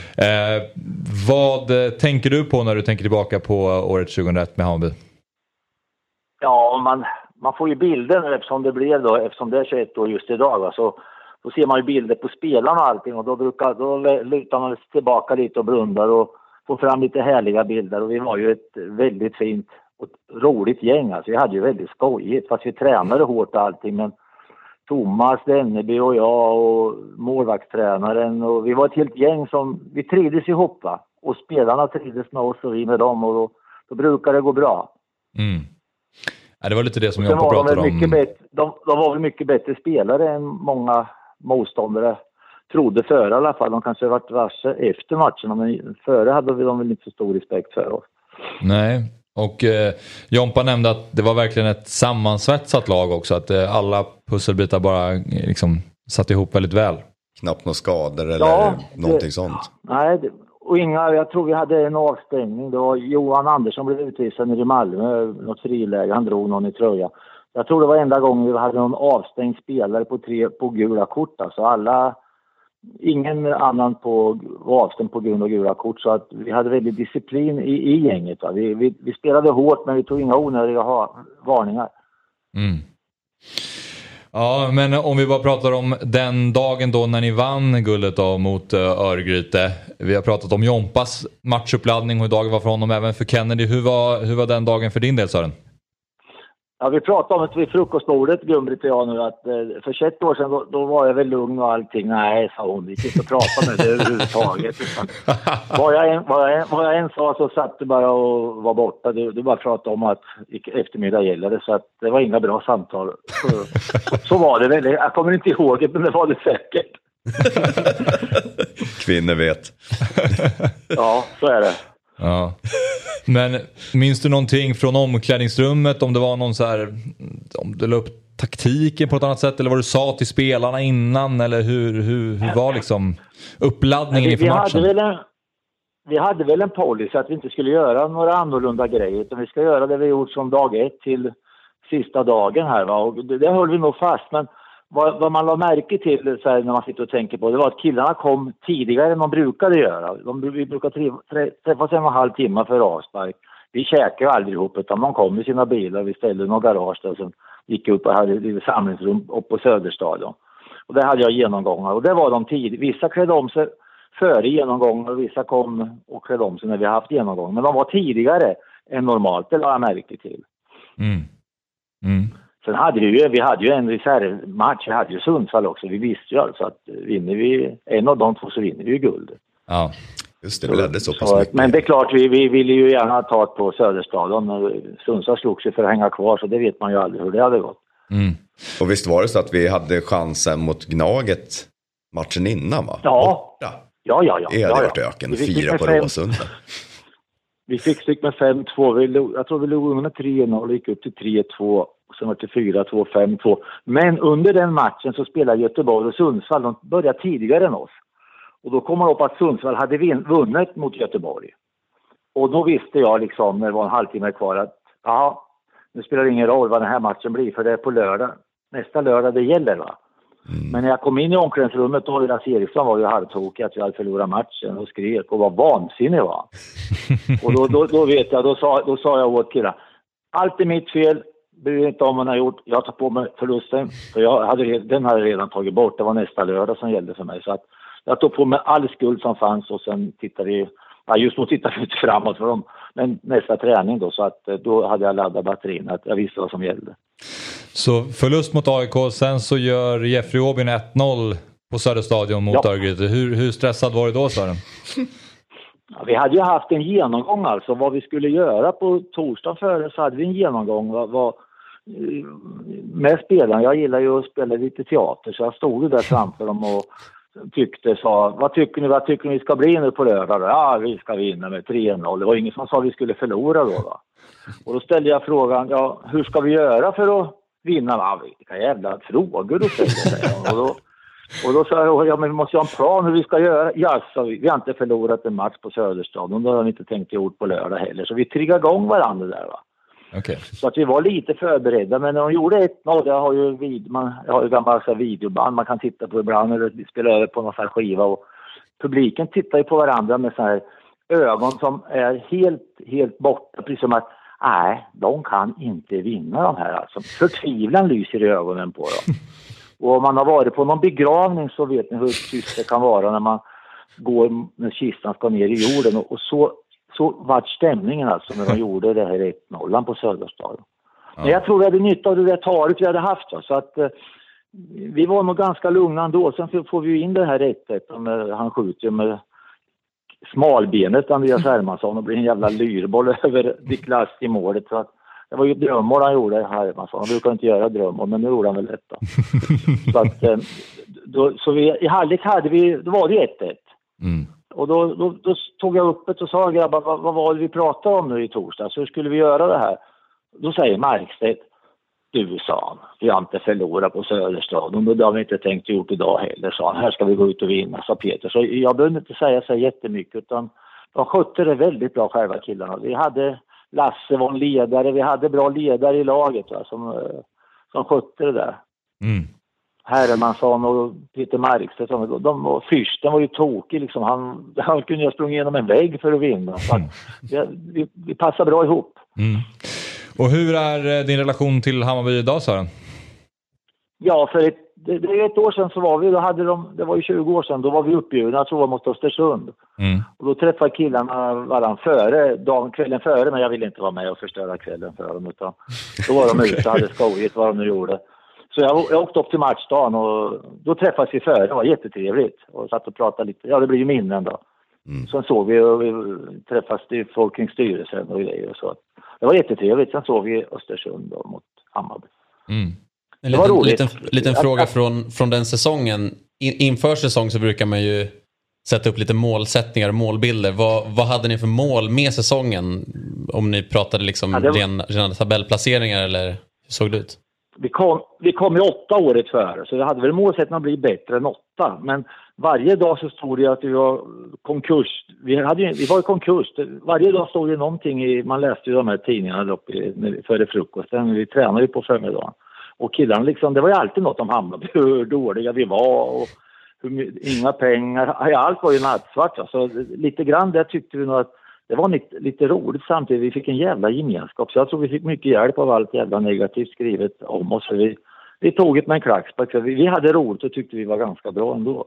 Vad tänker du på när du tänker tillbaka på året 2001 med Hammarby? Ja, man får ju bilden eftersom det är 21 år just idag. Va? Så då ser man ju bilder på spelarna och allting. Och då lutar man sig tillbaka lite och blundar och får fram lite härliga bilder. Och vi var ju ett väldigt fint och roligt gäng. Alltså, vi hade ju väldigt skojigt fast vi tränade hårt och allting. Men Thomas, Denneby och jag och målvaktstränaren. Och vi var ett helt gäng som vi trivdes ihop, va? Och spelarna trivdes med oss och vi med dem. Och då brukar det gå bra. Mm. Ja, det var lite det som jag pratade om. De var väl mycket bättre spelare än många motståndare trodde före i alla fall. De kanske varit varse efter matchen, men före hade de väl inte så stor respekt för oss. Nej, och Jompa nämnde att det var verkligen ett sammansvetsat lag också. Att alla pusselbitar bara liksom satt ihop väldigt väl. Knappt några skador eller någonting sånt. Nej, och jag tror vi hade en avstängning. Det var Johan Andersson blev utvisad nere i Malmö. Något friläge, han drog någon i tröja. Jag tror det var enda gången vi hade någon avstängd spelare på gula kort. Alltså ingen annan var avstängd på grund av gula kort. Så att vi hade väldigt disciplin i gänget. Va? Vi spelade hårt, men vi tog inga onödiga varningar. Mm. Ja, men om vi bara pratar om den dagen då när ni vann guldet då mot Örgryte. Vi har pratat om Jompas matchuppladdning och hur dagen var för honom, även för Kennedy. Hur var den dagen för din del, Sören? Ja, vi pratade om det vid frukostbordet, Gun-Britt och jag nu, att för 21 år sedan då var jag väl lugn och allting. Nej, sa hon, vi kan inte prata med det överhuvudtaget. Vad jag än sa så satt du bara och var borta. Du bara pratade om att eftermiddag gäller det, så att det var inga bra samtal. Så var det väl. Jag kommer inte ihåg det, men det var det säkert. Kvinnor vet. Ja, så är det. Ja. Men minns du någonting från omklädningsrummet, om det var någon så här, om du la upp taktiken på ett annat sätt, eller vad du sa till spelarna innan, eller hur var liksom uppladdningen inför matchen? Vi hade väl en policy att vi inte skulle göra några annorlunda grejer, utan vi ska göra det vi gjort från dag 1 till sista dagen här, va? Och det höll vi nog fast, men vad man la märke till så här, när man sitter och tänker på det, var att killarna kom tidigare än de brukade göra. Vi brukar träffas 1,5 timmar för avspark. vi käkade ju aldrig ihop, utan man kom med sina bilar, vi ställde några garage där, och sen gick upp och hade ett samlingsrum upp på Söderstadion. Och där hade jag genomgångar, och det var de tidigt. Vissa klädde om sig före genomgångar och vissa kom och klädde om sig när vi haft genomgång. Men de var tidigare än normalt, det la jag märke till. Sen hade vi hade ju en reservmatch, vi hade ju Sundsvall också. Vi visste ju alltså att vinner vi en av de två så vinner vi ju guld. Ja, just det, vi ledde så pass mycket. Men det är klart, vi ville ju gärna ta ett på Söderstadion. Sundsvall slog sig för att hänga kvar, så det vet man ju aldrig hur det hade gått. Och visst var det så att vi hade chansen mot Gnaget matchen innan, va? Ja. Borta. Ja. Det hade varit öken, 4 på Råsunda. Vi fick styck med 5-2. Jag tror vi låg under 3-0 och gick upp till 3-2. Och sen var det 4-2, 5-2. Men under den matchen så spelade Göteborg och Sundsvall. De började tidigare än oss. Och då kom man upp att Sundsvall hade vunnit mot Göteborg. Och då visste jag liksom när det var en halvtimme kvar att nu spelar det ingen roll vad den här matchen blir, för det är på lördag. Nästa lördag det gäller, va? Men när jag kom in i omklädningsrummet då Lars Eriksson var ju halvtokig att vi hade förlorat matchen och skrek och var vansinnig, va? Och då vet jag, då sa jag åt killar, allt är mitt fel, bryr inte om vad jag har gjort, jag tar på mig förlusten, för den hade jag redan tagit bort, det var nästa lördag som gällde för mig, så att jag tog på mig all skuld som fanns och sen tittade vi, just då tittade vi inte framåt för dem, men nästa träning då, så att då hade jag laddat batterierna, att jag visste vad som gällde. Så förlust mot AIK, sen så gör Jeffrey Aubin 1-0 på Söderstadion mot Örgryte. Hur stressad var du då, Sören? Ja, vi hade ju haft en genomgång alltså, vad vi skulle göra på torsdag före, så hade vi en genomgång med spelarna. Jag gillar ju att spela lite teater, så jag stod ju där framför dem och sa, vad tycker ni vi ska bli nu på lördag då? Ja, vi ska vinna med 3-0. Det var ingen som sa att vi skulle förlora då, va? Och då ställde jag frågan, hur ska vi göra för att vinna? Vilka jävla frågor du ställer. Och då sa jag, men vi måste ha en plan hur vi ska göra. Ja, så vi har inte förlorat en match på Söderstadion. Då har vi inte tänkt gjort på lördag heller. Så vi triggade igång varandra där, va. Okay. Så att vi var lite förberedda. Men när de gjorde 1-0, jag har ju gamla videoband man kan titta på ibland eller spela över på någon sån här skiva. Och publiken tittar ju på varandra med så här ögon som är helt borta. Precis som att, nej, de kan inte vinna de här. Alltså, förtvivlan lyser i ögonen på dem. Och om man har varit på någon begravning så vet ni hur tyst det kan vara när man går, när kistan ska ner i jorden. Och så var stämningen alltså när de gjorde det här 1-0 på Söderstadion. Men jag tror vi hade nytta av det där talet vi hade haft. Så att vi var nog ganska lugna ändå. Sen får vi in det här 1-1. Han skjuter med smalbenet Andreas Hermansson och blir en jävla lyrboll över Niklas i målet. Så att det var ju drömmål han gjorde, Hermansson. Han brukar inte göra drömmål, men nu gjorde han väl detta. Så att så vi, i halvlek då var det 1-1. Och då tog jag upp det och sa, grabbar, vad var det vi pratade om nu i torsdags? Hur skulle vi göra det här? Då säger Markstedt, du, sa han, vi har inte förlorat på Söderstadion. Det har vi inte tänkt gjort idag heller, sa han. Här ska vi gå ut och vinna, sa Peter. Så jag behöver inte säga så jättemycket, utan de skötte det väldigt bra själva, killarna. Vi hade Lasse var en ledare, vi hade bra ledare i laget, va, som skötte det där. Hermansson och Peter Markstedt, Fyrsten var ju tokig liksom. Han kunde ju sprungit igenom en vägg för att vinna. Så att vi passar bra ihop. Och hur är din relation till Hammarby idag, Sören? Ja, för det är ett år sedan så var vi, det var ju 20 år sedan, då var vi uppbjudna, jag tror det var mot Östersund. Och då träffade killarna varandra kvällen före, men jag ville inte vara med och förstöra kvällen för dem, utan då var de ute och hade skojigt vad de nu gjorde. Så jag åkte upp till matchdagen och då träffades vi före, det var jättetrevligt. Och satt och pratade lite, det blir ju minnen då. Sen såg vi och vi träffades i Folkens styrelsen och grejer och så. Det var jättetrevligt, sen såg vi Östersund då, mot Hammarby. En liten fråga från den säsongen. Inför säsong så brukar man ju sätta upp lite målsättningar och målbilder. Vad hade ni för mål med säsongen? Om ni pratade liksom rena tabellplaceringar, eller hur såg det ut? Vi kom ju 8 året före, så vi hade väl målsättningen att bli bättre än 8. Men varje dag så stod det att vi var konkurs. Vi var i konkurs. Varje dag stod det någonting man läste ju de här tidningarna före frukosten. Vi tränade ju på förmiddagen. Och killarna liksom, det var ju alltid något om Hammarby, hur dåliga vi var och inga pengar. Allt var ju nattsvart. Så lite grann där tyckte vi nog att det var lite roligt samtidigt. Vi fick en jävla gemenskap. Så jag tror vi fick mycket hjälp av allt jävla negativt skrivet om oss. För vi tog det med en klackspark. Vi hade roligt och tyckte vi var ganska bra ändå.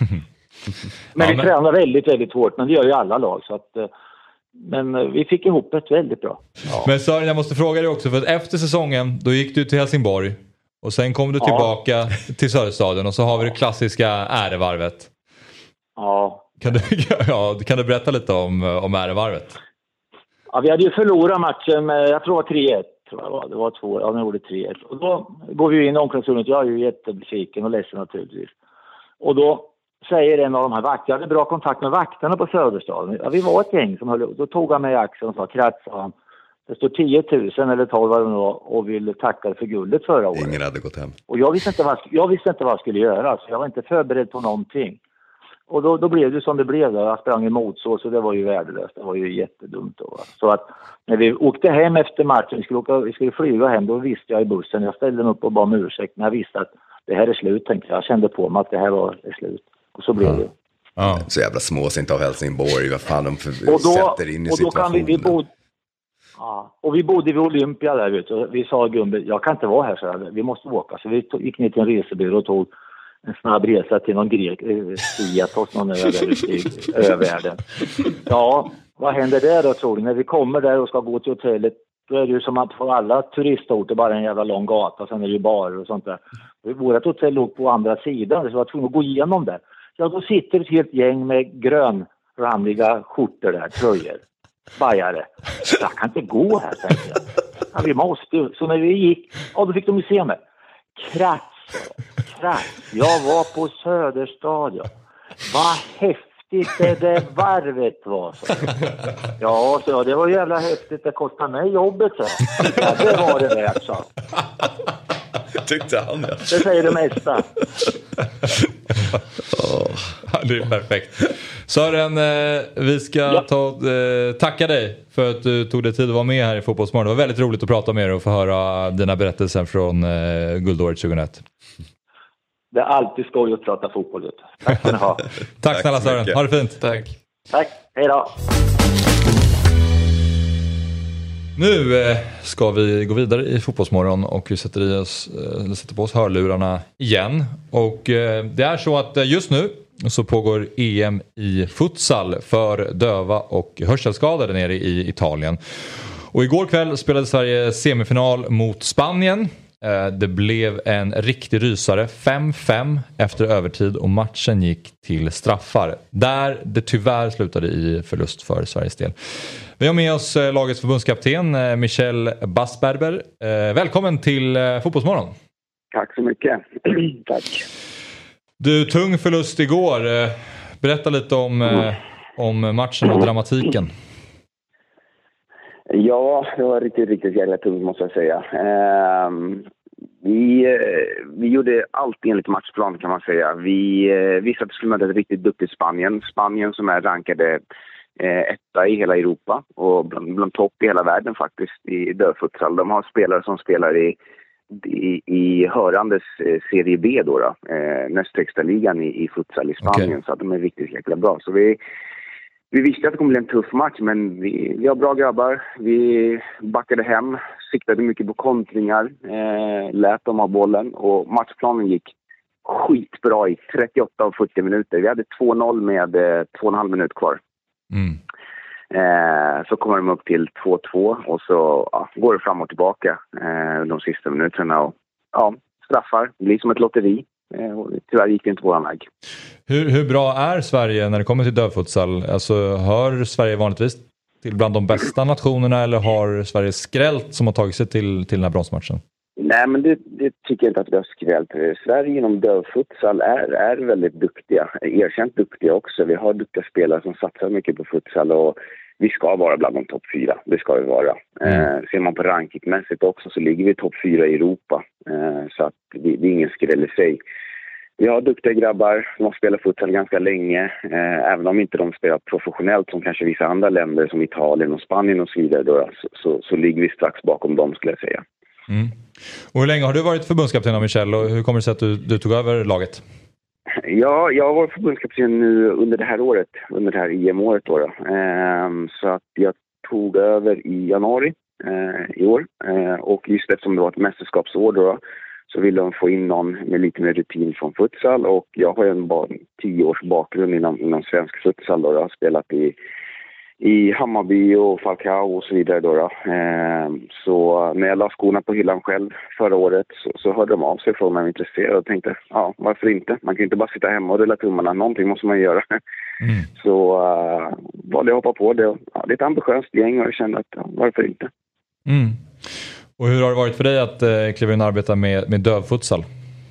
Men vi tränade väldigt, väldigt hårt. Men det gör ju alla lag. Så att, men vi fick ihop ett väldigt bra. Ja. Men Sören, jag måste fråga dig också. För att efter säsongen, då gick du till Helsingborg. Och sen kom du tillbaka till Söderstaden. Och så har vi det klassiska ärevarvet. Ja. Kan du berätta lite om ärevarvet? Ja, vi hade ju förlorat matchen med, jag tror det var 3-1. Det var 2, ja, vi gjorde 3-1. Och då går vi in i omklädningsrummet. Jag är ju jättebesviken och ledsen naturligtvis. Och då säger en av de här vakterna, jag hade bra kontakt med vakterna på Söderstaden. Ja, vi var ett gäng som höll, då tog han mig i axeln och sa, kratsade det står 10 000 eller 12 vad det var och vill tacka för guldet förra året. Ingen hade gått hem. Och jag visste inte vad jag skulle göra. Så jag var inte förberedd på någonting. Och då blev det som det blev. Jag sprang emot så det var ju värdelöst. Det var ju jättedumt då. Så att när vi åkte hem efter matchen, vi skulle flyga hem, då visste jag i bussen. Jag ställde mig upp och bad om ursäkt. När jag visste att det här är slut, tänkte jag. Jag kände på mig att det här var slut. Och så blev det. Ja. Så jävla småsint av Helsingborg. Vad fan de sätter in i situationen. Och vi bodde vid Olympia där ute. Vi sa Gumbe, jag kan inte vara här, så vi måste åka. Så vi gick ner till en resebyrå och tog en snabb resa till någon grek, Stiatos, någon där i övärlden. Ja, vad händer där då, tror du? När vi kommer där och ska gå till hotellet, då är det ju som att på alla turistorter bara en jävla lång gata, sen är det ju barer och sånt där. Vårt hotell låg på andra sidan, så jag var tvungen att gå igenom det. Ja, då sitter ett helt gäng med grönrandiga skjortor där, tröjor, bajare. Jag kan inte gå här, tänkte jag. Ja, vi måste ju. Så när vi gick, då fick de ju se mig. Kratt. Jag var på Söderstadion. Vad häftigt det varvet var. Så. Ja, så det var jävla häftigt. Det kostade mig jobbet, så. Ja, det var det värt, så. Tyckte han det. Det säger det mesta. Det är perfekt. Sören, vi ska tacka dig för att du tog dig tid att vara med här i Fotbollsmorgon. Det var väldigt roligt att prata med dig och få höra dina berättelser från guldåret 2001. Det är alltid skoj att prata fotboll. Tack ska ni ha. Tack snälla Sören, ha det fint. Tack, hej då. Nu ska vi gå vidare i Fotbollsmorgon och vi sätter på oss hörlurarna igen. Och det är så att just nu så pågår EM i futsal för döva och hörselskadade nere i Italien. Och igår kväll spelade Sverige semifinal mot Spanien. Det blev en riktig rysare, 5-5 efter övertid och matchen gick till straffar. Där det tyvärr slutade i förlust för Sveriges del. Vi har med oss lagets förbundskapten Michel Basberber. Välkommen till Fotbollsmorgon. Tack så mycket. Tack. Du, tung förlust igår. Berätta lite om matchen och dramatiken. Ja, det var riktigt jävla tungt, måste jag säga. Vi gjorde allt enligt matchplan, kan man säga. Vi visste att det skulle möta ett riktigt duktigt Spanien. Spanien som är rankade etta i hela Europa och bland topp i hela världen faktiskt i dövfutsal. De har spelare som spelar i Hörandes Serie B då, näst högsta ligan i futsal i Spanien. Okay. Så att de är riktigt jäkla bra. Så vi visste att det kommer bli en tuff match, men vi har bra grabbar. Vi backade hem, siktade mycket på kontringar, lät dem ha bollen och matchplanen gick skitbra i 38 av 40 minuter. Vi hade 2-0 med 2,5 minut kvar. Så kommer de upp till 2-2 och så går det fram och tillbaka de sista minuterna. Och, straffar. Det blir som ett lotteri. Tyvärr gick det inte våran väg. Hur bra är Sverige när det kommer till dövfutsal? Alltså, hör Sverige vanligtvis till bland de bästa nationerna eller har Sverige skrällt som har tagit sig till den här bronsmatchen? Nej, men det tycker jag inte att det har skrällt. Sverige inom dövfutsal är väldigt duktiga. Erkänt duktiga också. Vi har duktiga spelare som satsar mycket på futsal och vi ska vara bland de topp 4. Det ska vi vara. Ser man på rankingmässigt också så ligger vi topp 4 i Europa. Så att det är ingen skräll i sig. Vi har duktiga grabbar som har spelat futsal ganska länge. Även om inte de spelar professionellt som kanske vissa andra länder som Italien och Spanien och så vidare. Då, så ligger vi strax bakom dem, skulle jag säga. Och hur länge har du varit förbundskapten av Michel och hur kommer det sig att du tog över laget? Ja, jag har varit förbundskapten nu under det här året, under det här EM-året då. Så att jag tog över i januari i år. Och just eftersom det var ett mästerskapsår då, så ville de få in någon med lite mer rutin från futsal. Och jag har ju bara 10 års bakgrund inom svensk futsal då. Jag har spelat i Hammarby och Falcao och så vidare då. Så när jag la skorna på hyllan själv förra året så hörde de av sig från mig intresserade och tänkte, ja, varför inte? Man kan inte bara sitta hemma och rulla tummarna, någonting måste man göra. Så valde jag hoppa på det. Ja, det är ett ambitiöst gäng och jag kände att varför inte? Och hur har det varit för dig att kliva in och arbeta med dövfutsal?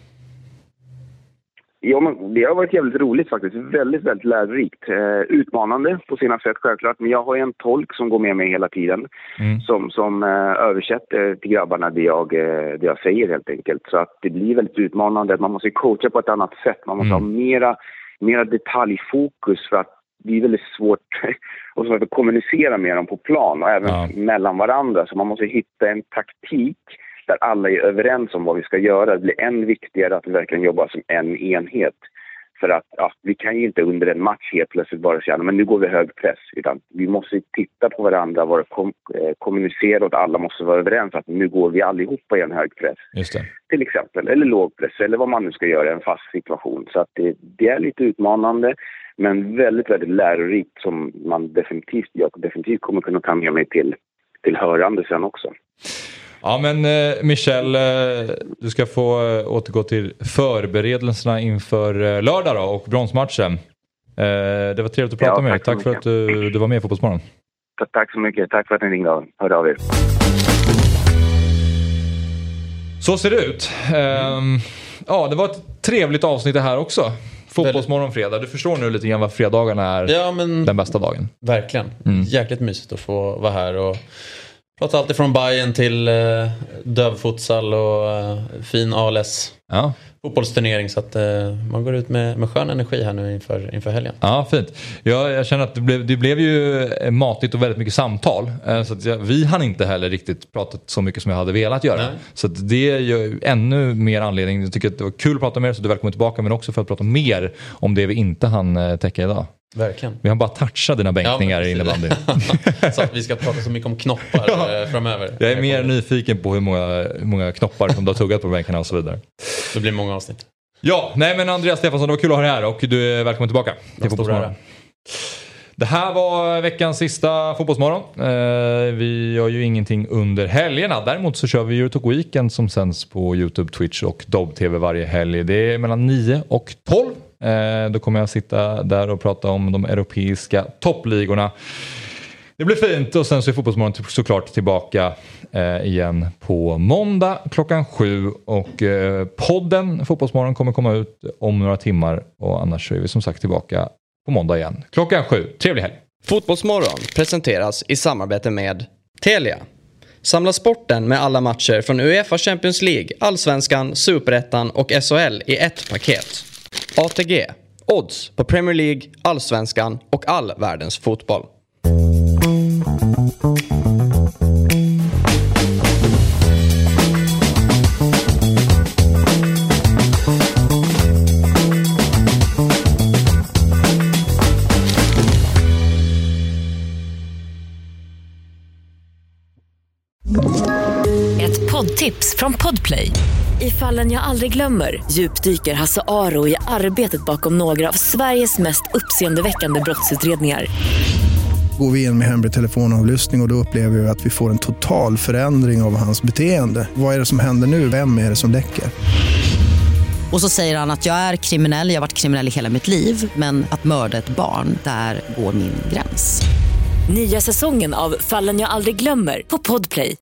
Ja, men det har varit jävligt roligt faktiskt. Väldigt, väldigt lärorikt. Utmanande på sina sätt självklart. Men jag har en tolk som går med mig hela tiden. Som översätter till grabbarna det jag säger helt enkelt. Så att det blir väldigt utmanande. Man måste coacha på ett annat sätt. Man måste ha mera detaljfokus för att det är väldigt svårt att kommunicera med dem på plan och även mellan varandra. Så man måste hitta en taktik där alla är överens om vad vi ska göra. Det blir än viktigare att vi verkligen jobbar som en enhet. För att vi kan ju inte under en match helt plötsligt bara säga men nu går vi hög press. Utan vi måste titta på varandra, kommunicera och alla måste vara överens att nu går vi allihopa i en hög press. Just det. Till exempel, eller låg press eller vad man nu ska göra i en fast situation. Så att det är lite utmanande men väldigt, väldigt lärorikt som jag definitivt kommer kunna ta med mig till hörande sen också. Ja, men Michel, du ska få återgå till förberedelserna inför lördag då, och bronsmatchen. Det var trevligt att prata med dig. Tack för att du var med i Fotbollsmorgon. Tack så mycket. Tack för att ni ringde. Hörde av er. Så ser det ut. Ja, det var ett trevligt avsnitt det här också. Fotbollsmorgon fredag. Du förstår nu lite grann vad fredagarna är den bästa dagen. Verkligen. Jäkligt mysigt att få vara här och prata allt ifrån Bayern till dövfutsal och fin ALS fotbollsturnering. Så att man går ut med skön energi här nu inför helgen. Ja, fint. Jag känner att det blev ju matigt och väldigt mycket samtal. Så att vi hann inte heller riktigt pratat så mycket som jag hade velat göra. Nej. Så att det är ju ännu mer anledning. Jag tycker att det var kul att prata med er, så du är välkommen tillbaka. Men också för att prata mer om det vi inte hann täcka idag. Verkligen. Vi har bara touchat dina bänkningar i innebandy. Så att vi ska prata så mycket om knoppar framöver. Jag är mer nyfiken på hur många knoppar som du har tuggat på bänkarna och så vidare. Det blir många avsnitt. Ja, nej men Andreas Stefansson, det var kul att ha dig här och du är välkommen tillbaka till Fotbollsmorgon. Det här var veckans sista Fotbollsmorgon. Vi gör ju ingenting under helgerna. Däremot så kör vi Eurotalk Weekend som sänds på YouTube, Twitch och Dobb TV varje helg. Det är mellan 9 och 12. Då kommer jag sitta där och prata om de europeiska toppligorna. Det blir fint, och sen så är Fotbollsmorgon såklart tillbaka igen på måndag klockan 7. Och podden Fotbollsmorgon kommer komma ut om några timmar. Och annars är vi som sagt tillbaka på måndag igen klockan 7. Trevlig helg! Fotbollsmorgon presenteras i samarbete med Telia. Samla sporten med alla matcher från UEFA Champions League, Allsvenskan, Superettan och SHL i ett paket. ATG. Odds på Premier League, Allsvenskan och all världens fotboll. Ett poddtips från Podplay. I Fallen jag aldrig glömmer djupdyker Hasse Aro i arbetet bakom några av Sveriges mest uppseendeväckande brottsutredningar. Går vi in med hemlig telefonavlyssning och då upplever vi att vi får en total förändring av hans beteende. Vad är det som händer nu? Vem är det som läcker? Och så säger han att jag är kriminell, jag har varit kriminell i hela mitt liv. Men att mörda ett barn, där går min gräns. Nya säsongen av Fallen jag aldrig glömmer på Podplay.